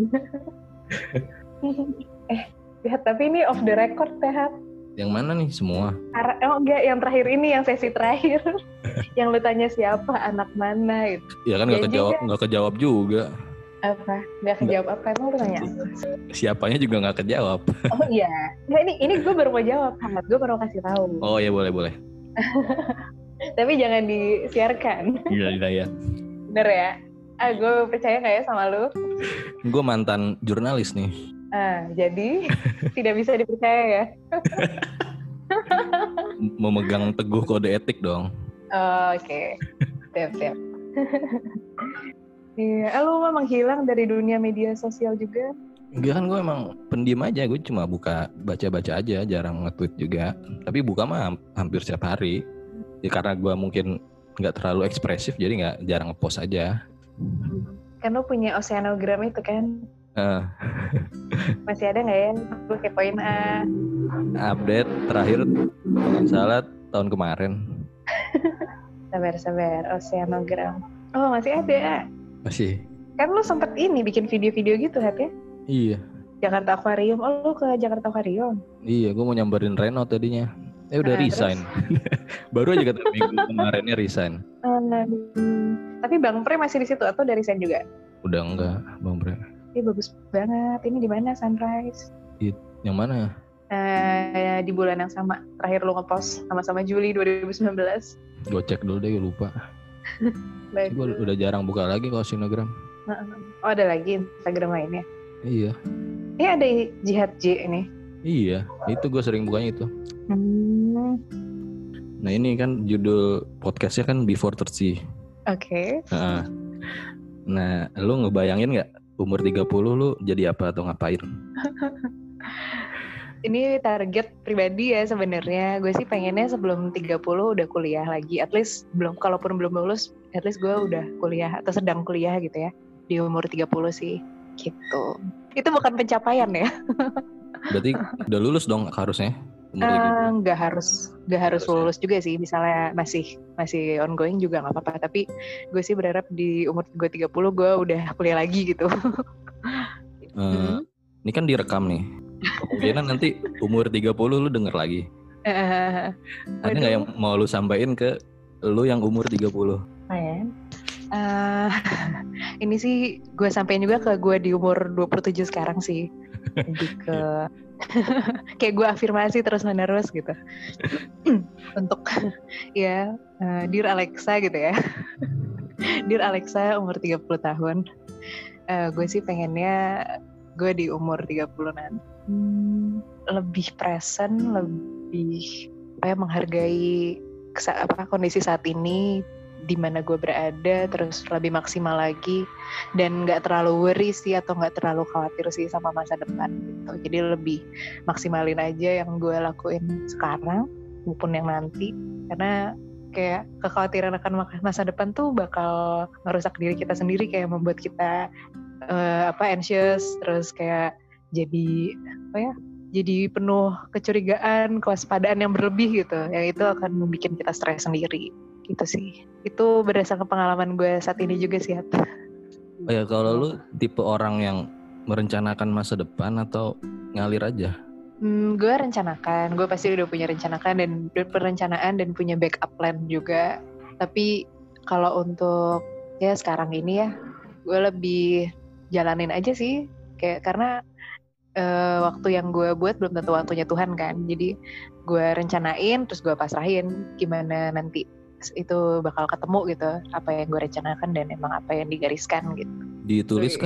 [SPEAKER 4] eh lihat tapi ini off the record sehat.
[SPEAKER 1] Yang mana nih semua?
[SPEAKER 4] Oh enggak, yang terakhir ini yang sesi terakhir. Yang lu tanya siapa, anak mana itu.
[SPEAKER 1] Ya kan nggak kejawab, nggak kejawab juga.
[SPEAKER 4] Apa? Gak kejawab apa? Emang lu nanya apa?
[SPEAKER 1] Siapanya juga nggak kejawab.
[SPEAKER 4] Oh iya. Nah, ini ini gue baru mau jawab, Hamad. Gue baru kasih tahu.
[SPEAKER 1] Oh ya boleh boleh.
[SPEAKER 4] Tapi jangan disiarkan.
[SPEAKER 1] Iya iya iya.
[SPEAKER 4] Bener ya? Ah, gue percaya nggak ya sama lu?
[SPEAKER 1] Gue mantan jurnalis nih.
[SPEAKER 4] Ah, jadi tidak bisa dipercaya ya?
[SPEAKER 1] Memegang teguh kode etik dong.
[SPEAKER 4] Oh, oke. Okay. Siap siap. Iya, lu memang hilang dari dunia media sosial juga?
[SPEAKER 1] Enggak kan, gue emang pendiam aja, gue cuma buka baca-baca aja, jarang nge-tweet juga. Tapi buka mah hampir setiap hari. Ya karena gue mungkin nggak terlalu ekspresif, jadi nggak jarang nge-post aja.
[SPEAKER 4] Kan lu punya oceanogram itu kan?
[SPEAKER 1] Uh.
[SPEAKER 4] Masih ada nggak ya? Gue kepoin ah.
[SPEAKER 1] Update terakhir kalau nggak salah tahun kemarin.
[SPEAKER 4] Sabar-sabar, oceanogram. Oh masih ada?
[SPEAKER 1] Masih.
[SPEAKER 4] Kan lu sempet ini bikin video-video gitu Hat ya?
[SPEAKER 1] Iya.
[SPEAKER 4] Jakarta Aquarium, oh lu ke Jakarta Aquarium?
[SPEAKER 1] Iya, gue mau nyamperin Reno tadinya. Eh udah nah, resign. Baru aja kata minggu kemarinnya resign.
[SPEAKER 4] Uh, tapi Bang Pre masih di situ atau udah resign juga?
[SPEAKER 1] Udah enggak, Bang Pre.
[SPEAKER 4] Ini bagus banget. Ini di mana Sunrise?
[SPEAKER 1] It, yang mana?
[SPEAKER 4] Uh, di bulan yang sama. Terakhir lu nge-post sama-sama Juli dua ribu sembilan belas.
[SPEAKER 1] Gue cek dulu deh, gue lupa. Gue udah jarang buka lagi kalau Instagram.
[SPEAKER 4] Oh ada lagi Instagram lainnya?
[SPEAKER 1] Iya.
[SPEAKER 4] Ini ada Jihad J ini?
[SPEAKER 1] Iya, itu gue sering bukanya itu.
[SPEAKER 4] Hmm.
[SPEAKER 1] Nah ini kan judul podcastnya kan Before thirty.
[SPEAKER 4] Oke. Okay.
[SPEAKER 1] Nah, nah, lu ngebayangin gak umur tiga puluh lu jadi apa atau ngapain?
[SPEAKER 4] Ini target pribadi ya sebenarnya. Gue sih pengennya sebelum tiga puluh udah kuliah lagi. At least belum, kalaupun belum lulus, at least gue udah kuliah atau sedang kuliah gitu ya. Di umur tiga puluh sih. Gitu. Itu bukan pencapaian ya.
[SPEAKER 1] Berarti udah lulus dong harusnya?
[SPEAKER 4] Uh, gak harus, gak harus lulus ya? Juga sih. Misalnya masih masih ongoing juga gak apa-apa. Tapi gue sih berharap di umur gue tiga puluh gue udah kuliah lagi gitu.
[SPEAKER 1] uh, hmm. Ini kan direkam nih. Kemungkinan nanti umur tiga puluh lu denger lagi. Uh, Ada gak yang mau lu sampaikan ke lu yang umur tiga puluh?
[SPEAKER 4] Oh ya. Uh, ini sih gue sampein juga ke gue di umur dua puluh tujuh sekarang sih. Lebih ke kayak gue afirmasi terus menerus gitu. Untuk ya uh, Dear Alexa gitu ya. Dear Alexa umur tiga puluh tahun. Uh, gue sih pengennya gue di umur tiga puluh nanti hmm, lebih present, lebih apa ya, menghargai kesa- apa kondisi saat ini, di mana gue berada, terus lebih maksimal lagi dan nggak terlalu worry sih atau nggak terlalu khawatir sih sama masa depan gitu. Jadi lebih maksimalin aja yang gue lakuin sekarang maupun yang nanti, karena kayak kekhawatiran akan masa depan tuh bakal merusak diri kita sendiri, kayak membuat kita uh, apa anxious, terus kayak jadi apa ya jadi penuh kecurigaan, kewaspadaan yang berlebih gitu, yang itu akan membuat kita stres sendiri. Gitu sih. Itu berdasarkan pengalaman gue saat ini juga sih.
[SPEAKER 1] Oh ya, kalau lu tipe orang yang merencanakan masa depan atau ngalir aja?
[SPEAKER 4] Hmm, gue rencanakan. Gue pasti udah punya rencanakan dan, dan perencanaan dan punya backup plan juga. Tapi kalau untuk ya sekarang ini ya, gue lebih jalanin aja sih. Kayak karena uh, waktu yang gue buat belum tentu waktunya Tuhan kan. Jadi gue rencanain terus gue pasrahin gimana nanti itu bakal ketemu gitu, apa yang gue rencanakan dan emang apa yang digariskan gitu.
[SPEAKER 1] Ditulis kan?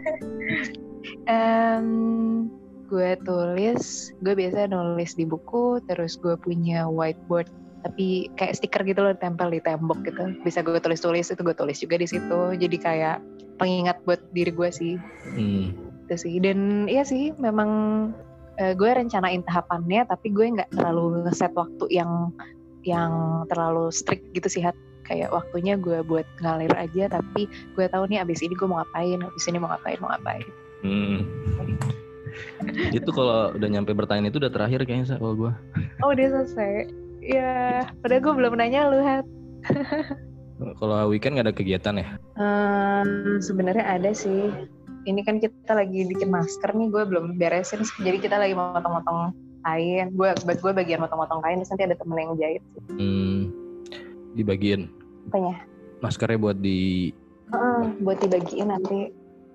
[SPEAKER 4] um, gue tulis, gue biasa nulis di buku, terus gue punya whiteboard, tapi kayak stiker gitu loh, tempel di tembok gitu. Bisa gue tulis-tulis, itu gue tulis juga di situ. Jadi kayak pengingat buat diri gue sih. Hmm. Itu sih. Dan iya sih, memang uh, gue rencanain tahapannya, tapi gue nggak terlalu ngeset waktu yang yang terlalu strict gitu sih, Hat. Kayak waktunya gue buat ngalir aja, tapi gue tahu nih abis ini gue mau ngapain, abis ini mau ngapain, mau ngapain. Hmm.
[SPEAKER 1] Itu kalau udah nyampe pertanyaan itu udah terakhir kayaknya kalau gue.
[SPEAKER 4] Oh udah selesai. Ya, padahal gue belum nanya lu, Hat.
[SPEAKER 1] Kalau weekend gak ada kegiatan ya?
[SPEAKER 4] Um, sebenarnya ada sih. Ini kan kita lagi bikin masker nih, gue belum beresin. Jadi kita lagi motong-motong kain, gue gue bagian motong-motong kain, terus nanti ada temen yang jahit.
[SPEAKER 1] Hmm, dibagiin.
[SPEAKER 4] Apanya?
[SPEAKER 1] Maskernya buat di.
[SPEAKER 4] Uh, buat dibagiin nanti.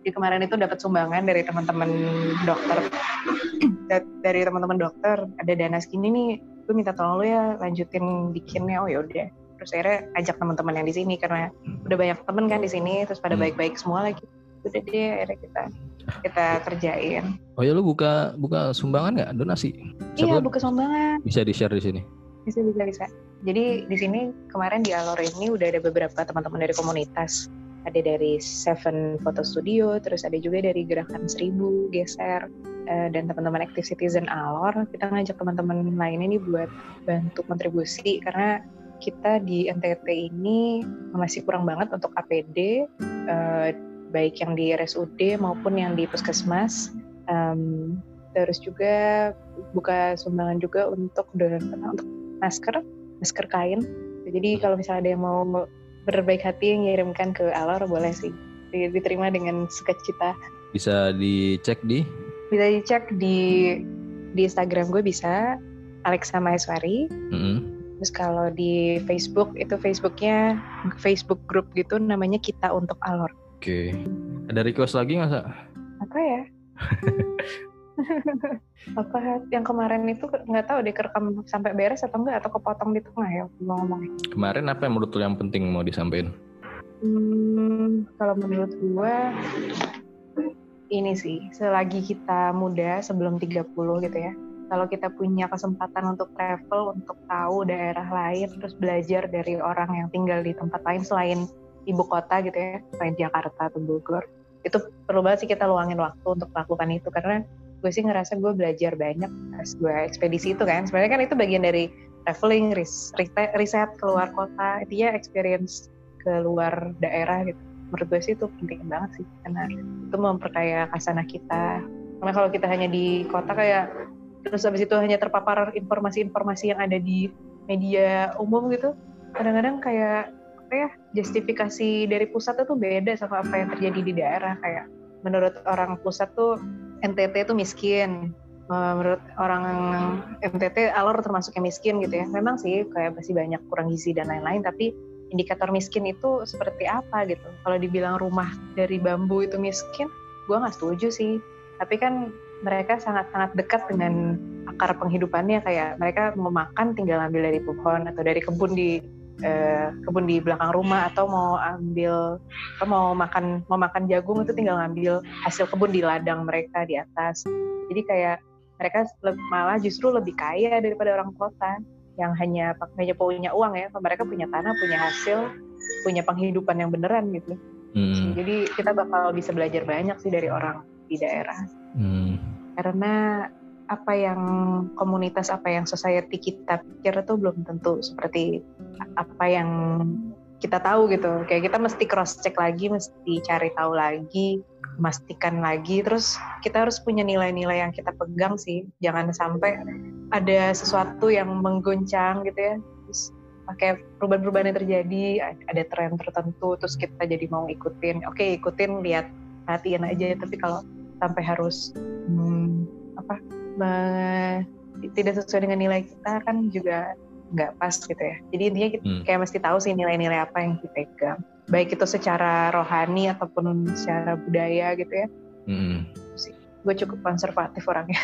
[SPEAKER 4] Di kemarin itu dapat sumbangan dari teman-teman dokter, dari teman-teman dokter ada dana segini nih, gue minta tolong lu ya lanjutin bikinnya. Oh ya udah. Terus akhirnya ajak teman-teman yang di sini karena udah banyak temen kan di sini, terus pada baik-baik semua lagi. Udah deh akhirnya kita kita kerjain.
[SPEAKER 2] Oh ya, lu buka buka sumbangan nggak, donasi?
[SPEAKER 4] Iya, buka sumbangan.
[SPEAKER 2] Bisa di share di sini.
[SPEAKER 4] Bisa bisa bisa. Jadi di sini kemarin di Alor ini udah ada beberapa teman-teman dari komunitas. Ada dari Seven Photo Studio, terus ada juga dari Gerakan Seribu, Geser, uh, dan teman-teman Active Citizen Alor. Kita ngajak teman-teman lainnya nih buat bantu kontribusi karena kita di N T T ini masih kurang banget untuk A P D, uh, baik yang di R S U D maupun yang di puskesmas. Um, terus juga buka sumbangan juga untuk untuk masker, masker kain. Jadi kalau misalnya ada yang mau berbaik hati yang ngirimkan ke Alor boleh sih, diterima dengan sukacita.
[SPEAKER 2] Bisa dicek di?
[SPEAKER 4] Bisa dicek di di Instagram gue bisa Alexa Maheswari. Mm-hmm. Terus kalau di Facebook itu Facebooknya Facebook group gitu namanya Kita Untuk Alor.
[SPEAKER 2] Oke. Ada request lagi nggak, Sa?
[SPEAKER 4] Apa ya? Apa yang kemarin itu nggak tahu deh kerekam sampai beres atau enggak atau kepotong di tengah ya ngomongnya.
[SPEAKER 2] Kemarin apa yang menurut lo yang penting mau disampaikan?
[SPEAKER 4] Hmm, kalau menurut gue ini sih, selagi kita muda sebelum tiga puluh gitu ya, kalau kita punya kesempatan untuk travel, untuk tahu daerah lain, terus belajar dari orang yang tinggal di tempat lain selain ibu kota gitu ya, selain Jakarta atau Bogor, itu perlu banget sih kita luangin waktu untuk melakukan itu karena gue sih ngerasa gue belajar banyak pas gue ekspedisi itu kan. Sebenarnya kan itu bagian dari traveling, riset keluar kota, itu ya experience keluar daerah gitu. Menurut gue sih itu penting banget sih karena itu memperkaya khasanah kita. Karena kalau kita hanya di kota kayak terus habis itu hanya terpapar informasi-informasi yang ada di media umum gitu, kadang-kadang kayak apa ya, justifikasi dari pusat itu beda sama apa yang terjadi di daerah. Kayak menurut orang pusat tuh N T T itu miskin, menurut orang N T T Alor termasuk yang miskin gitu ya. Memang sih kayak masih banyak kurang gizi dan lain-lain, tapi indikator miskin itu seperti apa gitu. Kalau dibilang rumah dari bambu itu miskin, gue nggak setuju sih. Tapi kan mereka sangat-sangat dekat dengan akar penghidupannya, kayak mereka mau makan tinggal ambil dari pohon atau dari kebun di eh, kebun di belakang rumah, atau mau ambil atau mau makan mau makan jagung itu tinggal ngambil hasil kebun di ladang mereka di atas. Jadi kayak mereka malah justru lebih kaya daripada orang kota yang hanya hanya punya uang ya. Mereka punya tanah, punya hasil, punya penghidupan yang beneran gitu. Hmm. Jadi kita bakal bisa belajar banyak sih dari orang di daerah. Hmm. Karena apa yang komunitas, apa yang society kita pikir itu belum tentu seperti apa yang kita tahu gitu. Kayak kita mesti cross check lagi, mesti cari tahu lagi, memastikan lagi. Terus kita harus punya nilai-nilai yang kita pegang sih. Jangan sampai ada sesuatu yang mengguncang gitu ya. Terus pakai perubahan-perubahan yang terjadi, ada tren tertentu, terus kita jadi mau ikutin. Oke, ikutin, lihat, perhatiin aja. Tapi kalau sampai harus hmm, apa me, tidak sesuai dengan nilai kita kan juga nggak pas gitu ya. Jadi intinya kita hmm. kayak mesti tahu sih nilai-nilai apa yang kita pegang, baik itu secara rohani ataupun secara budaya gitu ya. Hmm. Gue cukup konservatif orangnya.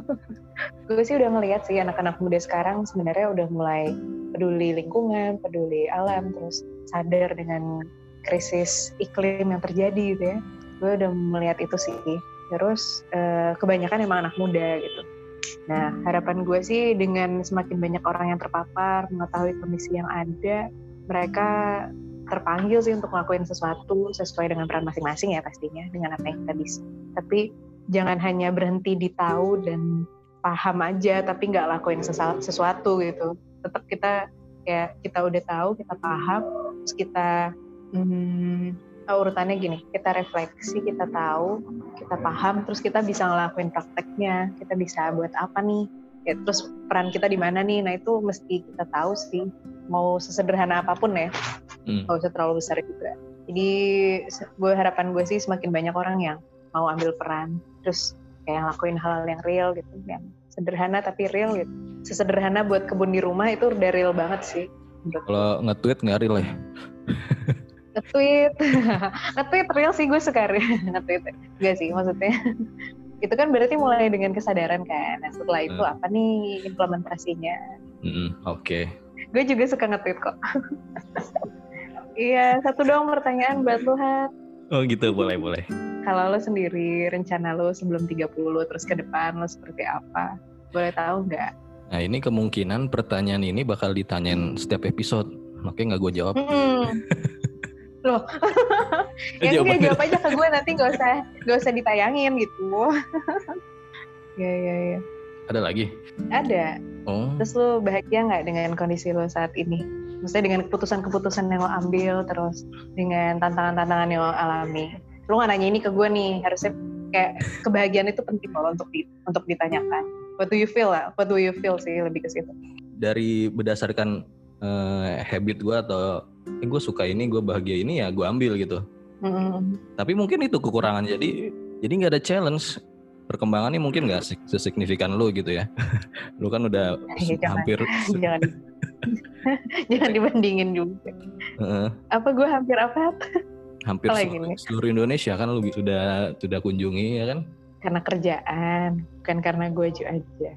[SPEAKER 4] Gue sih udah ngelihat sih anak-anak muda sekarang sebenarnya udah mulai peduli lingkungan, peduli alam, terus sadar dengan krisis iklim yang terjadi gitu ya. Gue udah melihat itu sih. Terus eh, kebanyakan emang anak muda gitu. Nah, harapan gue sih dengan semakin banyak orang yang terpapar, mengetahui kondisi yang ada, mereka terpanggil sih untuk ngelakuin sesuatu sesuai dengan peran masing-masing ya pastinya, dengan apa yang kita bisa. Tapi jangan hanya berhenti di tahu dan paham aja, tapi nggak lakuin sesuatu gitu. Tetap kita ya kita udah tahu, kita paham, terus kita hmm, oh, urutannya gini, kita refleksi, kita tahu, kita paham, terus kita bisa ngelakuin prakteknya, kita bisa buat apa nih, ya, terus peran kita di mana nih. Nah itu mesti kita tahu sih, mau sesederhana apapun ya, hmm. nggak usah terlalu besar juga. Jadi gue harapan gue sih semakin banyak orang yang mau ambil peran, terus kayak ngelakuin hal-hal yang real gitu, yang sederhana tapi real gitu. Sesederhana buat kebun di rumah itu udah real banget sih.
[SPEAKER 2] Kalau nge-tweet nggak real ya?
[SPEAKER 4] nge-tweet. Nge-tweet real sih gue suka nge-tweet. Enggak sih maksudnya. Itu kan berarti mulai dengan kesadaran kan. Nah, setelah itu hmm. apa nih implementasinya?
[SPEAKER 1] Hmm, Oke. Okay.
[SPEAKER 4] Gue juga suka nge-tweet kok. Iya, satu doang pertanyaan buat lu, Hat.
[SPEAKER 1] Oh gitu, boleh boleh.
[SPEAKER 4] Kalau lo sendiri, rencana lo sebelum tiga puluh terus ke depan lo seperti apa? Boleh tahu nggak?
[SPEAKER 1] Nah ini kemungkinan pertanyaan ini bakal ditanyain setiap episode. Makanya nggak gue jawab.
[SPEAKER 4] Mm-hmm. Loh, ya enggak jawab aja ke gue, nanti nggak usah nggak usah ditayangin gitu. Ya ya ya.
[SPEAKER 1] Ada lagi?
[SPEAKER 4] Ada. Oh. Terus lo bahagia nggak dengan kondisi lo saat ini? Maksudnya dengan keputusan-keputusan yang lo ambil, terus dengan tantangan-tantangan yang lo alami. Lo nggak nanya ini ke gue nih, harusnya kayak kebahagiaan itu penting loh untuk di, untuk ditanyakan. What do you feel lah? What do you feel sih lebih ke situ?
[SPEAKER 1] Dari berdasarkan uh, habit gue atau eh, gue suka ini, gue bahagia ini ya gue ambil gitu. Mm-hmm. Tapi mungkin itu kekurangan, jadi jadi nggak ada challenge. Perkembangannya mungkin nggak sesignifikan lo gitu ya. Lo kan udah
[SPEAKER 4] ya,
[SPEAKER 1] hampir
[SPEAKER 4] jangan jangan dibandingin juga. Uh-uh. Apa gue hampir apa?
[SPEAKER 1] Hampir seluruh, seluruh Indonesia kan lo sudah sudah kunjungi ya kan?
[SPEAKER 4] Karena kerjaan, bukan karena gue aja.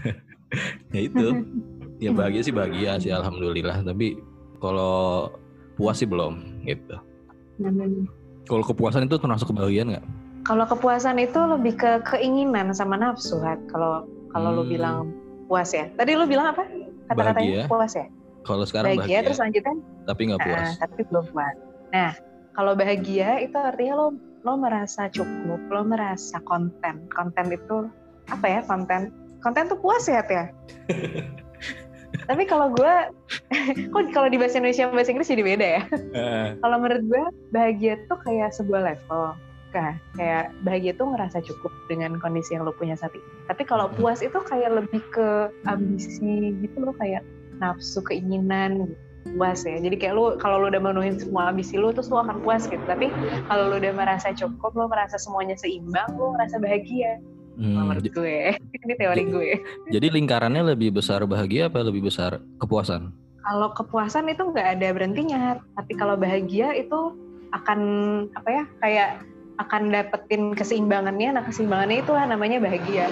[SPEAKER 1] Ya itu, ya bahagia sih bahagia sih alhamdulillah. Tapi kalau puas sih belum gitu. Hmm. Kalau kepuasan itu termasuk kebahagiaan nggak?
[SPEAKER 4] Kalau kepuasan itu lebih ke keinginan sama nafsu kan. Kalau kalau hmm. lu bilang puas ya. Tadi lu bilang apa? Kata-katanya puas ya.
[SPEAKER 1] Kalau sekarang bahagia, bahagia
[SPEAKER 4] terus lanjutan.
[SPEAKER 1] Tapi nggak puas.
[SPEAKER 4] Nah, tapi belum puas. Nah, kalau bahagia itu artinya lo lo merasa cukup, lo merasa konten. Konten itu apa ya? Konten. Konten tuh puas ya, ya. Tapi kalau gue, kok kalau di bahasa Indonesia bahasa Inggris jadi beda ya. Uh. Kalau menurut gue bahagia tuh kayak sebuah level. Kah, kayak bahagia tuh ngerasa cukup dengan kondisi yang lo punya saat ini. Tapi kalau puas itu kayak lebih ke ambisi gitu lo, kayak nafsu, keinginan, puas ya. Jadi kayak lo kalau lo udah memenuhi semua ambisi lo, terus lo akan puas gitu. Tapi kalau lo udah merasa cukup, lo merasa semuanya seimbang, lo ngerasa bahagia. Hmm, menurut gue, ini teori gue.
[SPEAKER 1] Jadi lingkarannya lebih besar bahagia apa lebih besar kepuasan?
[SPEAKER 4] Kalau kepuasan itu nggak ada berhentinya, tapi kalau bahagia itu akan apa ya? Kayak akan dapetin keseimbangannya. Nah keseimbangannya itu lah namanya bahagia.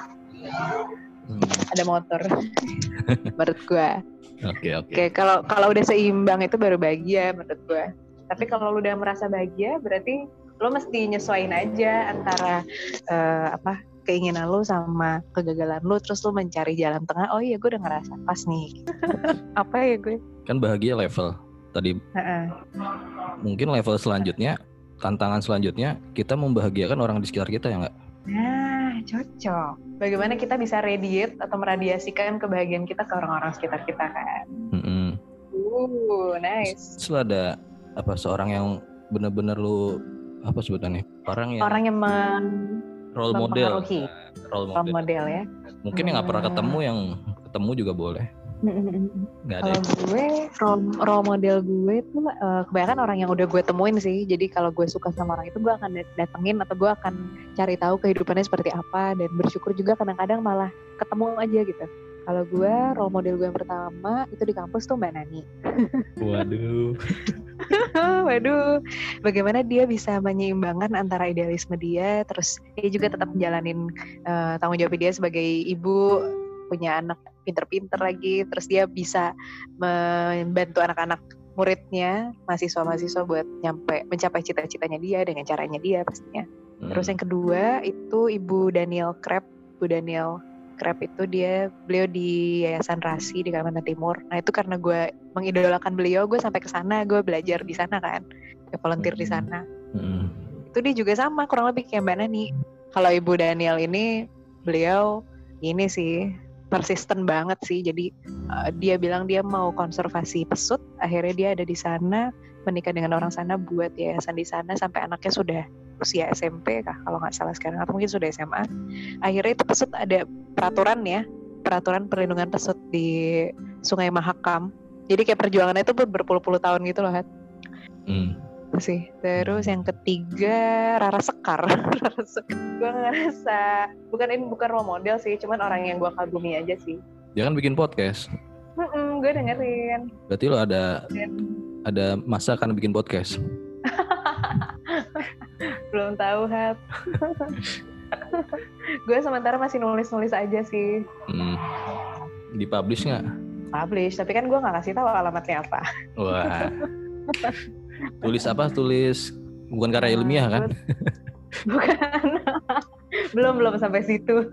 [SPEAKER 4] Hmm. Ada motor. Menurut gue.
[SPEAKER 1] Oke oke.
[SPEAKER 4] Oke kalau kalau udah seimbang itu baru bahagia menurut gue. Tapi kalau lu udah merasa bahagia berarti lo mesti nyesuaiin aja antara uh, apa keinginan lo sama kegagalan lo, terus lo mencari jalan tengah. Oh iya gue udah ngerasa pas nih. Apa ya gue?
[SPEAKER 1] Kan bahagia level tadi. Uh-uh. Mungkin level selanjutnya, tantangan selanjutnya kita membahagiakan orang di sekitar kita ya nggak?
[SPEAKER 4] Nah cocok. Bagaimana kita bisa radiate atau meradiasikan kebahagiaan kita ke orang-orang sekitar kita kan? Mm-hmm. Uh, nice.
[SPEAKER 1] Terus ada apa seorang yang benar-benar lo apa sebutannya? Orang yang
[SPEAKER 4] orang yang men-
[SPEAKER 1] role model,
[SPEAKER 4] nah, role model, role model ya.
[SPEAKER 1] Mungkin hmm. yang nggak pernah ketemu, yang ketemu juga boleh. Nggak ada.
[SPEAKER 4] Kalau gue role, role model gue itu uh, kebanyakan orang yang udah gue temuin sih. Jadi kalau gue suka sama orang itu gue akan datengin atau gue akan cari tahu kehidupannya seperti apa, dan bersyukur juga kadang-kadang malah ketemu aja gitu. Kalau gue role model gue yang pertama itu di kampus tuh Mbak Nani.
[SPEAKER 1] Waduh.
[SPEAKER 4] Waduh, bagaimana dia bisa menyeimbangkan antara idealisme dia, terus dia juga tetap menjalanin uh, tanggung jawab dia sebagai ibu, punya anak pinter-pinter lagi, terus dia bisa membantu anak-anak muridnya, mahasiswa-mahasiswa buat nyampe mencapai cita-citanya dia dengan caranya dia pastinya. Hmm. Terus yang kedua itu Ibu Daniel Kreb, Bu Daniel Kreb itu dia beliau di Yayasan Rasi di Kalimantan Timur. Nah itu karena gue mengidolakan beliau, gue sampai ke sana, gue belajar di sana kan, gue volunteer mm-hmm. di sana. Mm-hmm. Itu dia juga sama, kurang lebih kayak Mbak Nani. Kalau Ibu Daniel ini, beliau ini sih persisten banget sih. Jadi uh, dia bilang dia mau konservasi pesut, akhirnya dia ada di sana, menikah dengan orang sana buat yayasan di sana sampai anaknya sudah usia S M P kah kalau nggak salah sekarang, atau mungkin sudah S M A. Akhirnya itu pesut ada peraturan ya, peraturan perlindungan pesut di Sungai Mahakam. Jadi kayak perjuangannya itu berpuluh-puluh tahun gitu loh, Hat. Hmm. Sih. Terus yang ketiga Rara Sekar. Rara Sekar. Gue ngerasa bukan ini bukan role model sih, cuman orang yang gue kagumi aja sih.
[SPEAKER 1] Dia kan bikin podcast.
[SPEAKER 4] Mm-mm, gue dengerin.
[SPEAKER 1] Berarti lo ada Dan,
[SPEAKER 2] ada masa akan bikin podcast?
[SPEAKER 4] Belum tahu, Hat. Gue sementara masih nulis-nulis aja sih.
[SPEAKER 2] Hmm. Dipublish nggak?
[SPEAKER 4] Publish, tapi kan gue nggak kasih tahu alamatnya apa.
[SPEAKER 2] Wah. Tulis apa? Tulis bukan karya ilmiah kan?
[SPEAKER 4] Bukan. belum belum sampai situ.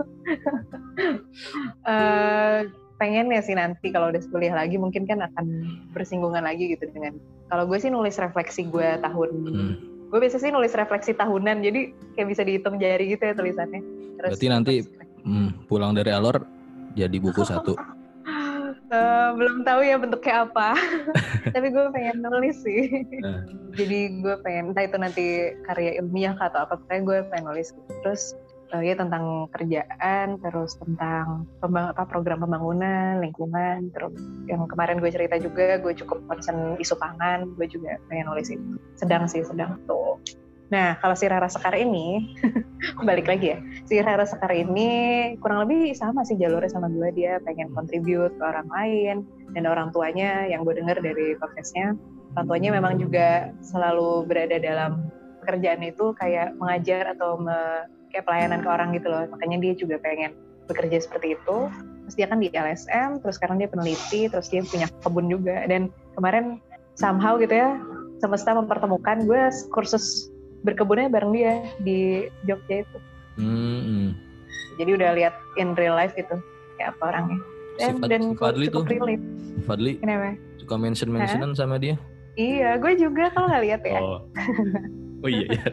[SPEAKER 4] uh, pengen ya sih nanti kalau udah kuliah lagi mungkin kan akan bersinggungan lagi gitu dengan. Kalau gue sih nulis refleksi gue tahun. Hmm. Gue biasa sih nulis refleksi tahunan, jadi kayak bisa dihitung jari gitu ya tulisannya. Terus,
[SPEAKER 2] berarti nanti hmm, pulang dari Alor jadi buku satu.
[SPEAKER 4] Uh, belum tahu ya bentuknya apa. Tapi gue pengen nulis sih. Uh. Jadi gue pengen, entah itu nanti karya ilmiah atau apa, pokoknya gue pengen nulis. Terus uh, ya tentang kerjaan, terus tentang pembang- apa, program pembangunan, lingkungan. Terus yang kemarin gue cerita juga, gue cukup concern isu pangan, gue juga pengen nulis itu. Sedang sih, sedang tuh. Nah, kalau si Rara Sekar ini, balik lagi ya, si Rara Sekar ini kurang lebih sama sih jalurnya sama gue, dia pengen kontribut ke orang lain, dan orang tuanya yang gue dengar dari podcastnya, orang tuanya memang juga selalu berada dalam pekerjaan itu kayak mengajar atau me, kayak pelayanan ke orang gitu loh, makanya dia juga pengen bekerja seperti itu. Terus dia kan di L S M, terus sekarang dia peneliti, terus dia punya kebun juga, dan kemarin somehow gitu ya, semesta mempertemukan gue kursus berkebunnya bareng dia di Jogja itu. Hmm. Jadi udah lihat in real life gitu kayak apa orangnya. Dan,
[SPEAKER 2] si
[SPEAKER 4] dan
[SPEAKER 2] si Fadli
[SPEAKER 4] cukup
[SPEAKER 2] tuh.
[SPEAKER 4] relate.
[SPEAKER 2] Fadli.
[SPEAKER 4] Kenapa?
[SPEAKER 2] Suka mention-mentionan Hah? sama dia.
[SPEAKER 4] Iya, gue juga kalau nggak lihat ya.
[SPEAKER 2] Oh. Oh iya iya.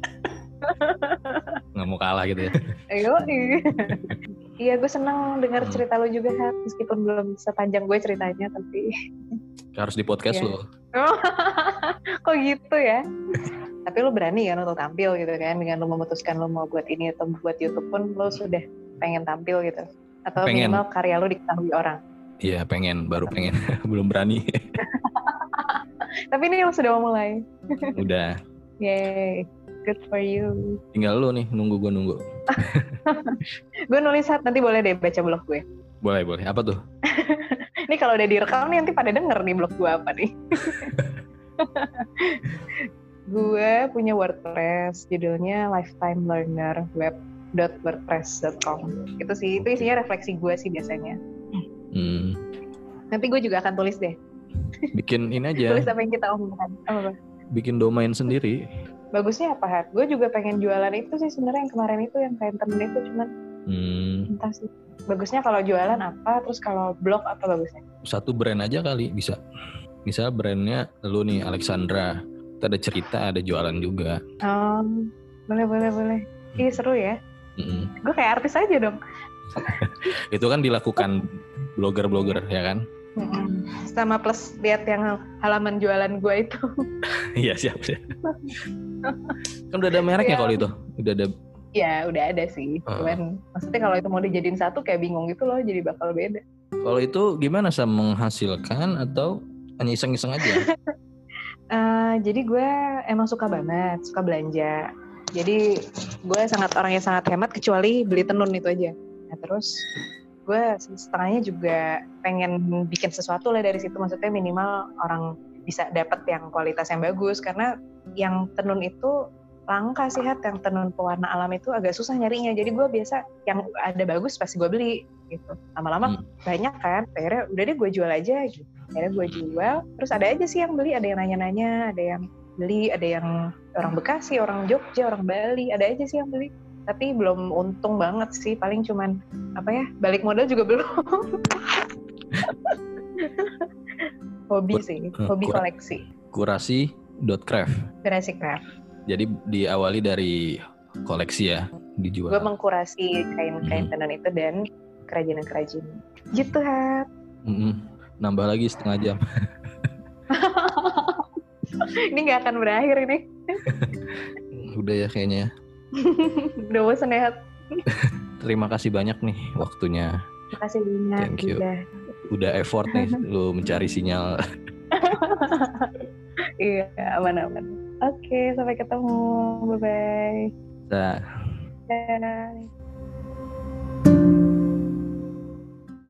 [SPEAKER 2] Nggak mau kalah gitu ya.
[SPEAKER 4] Ayo. Iya, gue senang dengar hmm. cerita lo juga, Hat. Meskipun belum sepanjang gue ceritanya, tapi
[SPEAKER 2] harus di podcast lo.
[SPEAKER 4] Kok gitu ya? Tapi lo berani kan untuk tampil gitu kan, dengan lo memutuskan lo mau buat ini atau buat YouTube pun lo sudah pengen tampil gitu, atau pengen. Minimal karya lo diketahui orang.
[SPEAKER 2] Iya pengen, baru pengen, belum berani.
[SPEAKER 4] Tapi ini lo sudah mau mulai.
[SPEAKER 2] Udah.
[SPEAKER 4] Yay, good for you.
[SPEAKER 2] Tinggal lo nih, nunggu gue nunggu.
[SPEAKER 4] Gue nulis, Hat, nanti boleh deh baca blog gue.
[SPEAKER 2] Boleh boleh, apa tuh?
[SPEAKER 4] Ini kalau udah direkam nih nanti pada denger nih blog gue apa nih. Gue punya WordPress, judulnya lifetime learner web dot wordpress dot com. Itu sih, itu isinya refleksi gue sih biasanya. Hmm. Nanti gue juga akan tulis deh.
[SPEAKER 2] Bikin ini aja.
[SPEAKER 4] Tulis apa yang kita omongkan. Apa?
[SPEAKER 2] Bikin domain sendiri.
[SPEAKER 4] Bagusnya apa, Hat? Gue juga pengen jualan itu sih sebenarnya yang kemarin itu, yang kayak temen itu, cuman hmm. entah sih. Bagusnya kalau jualan apa, terus kalau blog apa bagusnya?
[SPEAKER 2] Satu brand aja kali bisa. Misal brandnya lu nih Alexandra. Ada cerita, ada jualan juga.
[SPEAKER 4] Oh, boleh, boleh, boleh. Ih, seru ya. Mm-hmm. Gue kayak artis aja dong.
[SPEAKER 2] Itu kan dilakukan blogger-blogger, ya kan?
[SPEAKER 4] Mm-hmm. Sama plus lihat yang halaman jualan gue itu.
[SPEAKER 2] Iya, siap, siap. Kan udah ada mereknya kalau itu? Udah ada.
[SPEAKER 4] Ya, udah ada sih. Uh. Cuman, maksudnya kalau itu mau dijadiin satu kayak bingung gitu loh, jadi bakal beda.
[SPEAKER 2] Kalau itu gimana, sama menghasilkan atau hanya iseng-iseng aja?
[SPEAKER 4] Uh, jadi gue emang suka banget, suka belanja. Jadi gue sangat orang yang sangat hemat kecuali beli tenun itu aja. Nah terus gue setengahnya juga pengen bikin sesuatu lah dari situ. Maksudnya minimal orang bisa dapat yang kualitas yang bagus. Karena yang tenun itu langka sih, Hat. Yang tenun pewarna alam itu agak susah nyarinya. Jadi gue biasa yang ada bagus pasti gue beli gitu. Lama-lama hmm. banyak kan, akhirnya udah deh gue jual aja gitu. Akhirnya gue jual, terus ada aja sih yang beli, ada yang nanya-nanya, ada yang beli, ada yang orang Bekasi, orang Jogja, orang Bali, ada aja sih yang beli. Tapi belum untung banget sih, paling cuman apa ya, balik modal juga belum. Hobi Kur- sih, hobi kur- koleksi.
[SPEAKER 2] Kurasi dot craft.
[SPEAKER 4] Kurasi craft.
[SPEAKER 2] Jadi diawali dari koleksi ya, dijual.
[SPEAKER 4] Gue mengkurasi kain-kain hmm. tenun itu dan kerajinan-kerajinan. Gitu, Hat.
[SPEAKER 2] Mm-mm. Nambah lagi setengah jam.
[SPEAKER 4] Ini gak akan berakhir ini.
[SPEAKER 2] Udah ya kayaknya.
[SPEAKER 4] Udah bosan ya.
[SPEAKER 2] Terima kasih banyak nih waktunya.
[SPEAKER 4] Terima kasih banyak.
[SPEAKER 2] Thank you. Udah, Udah effort nih lu mencari sinyal.
[SPEAKER 4] Iya, aman-aman. Oke, sampai ketemu. Bye-bye.
[SPEAKER 2] Dah.
[SPEAKER 4] Bye.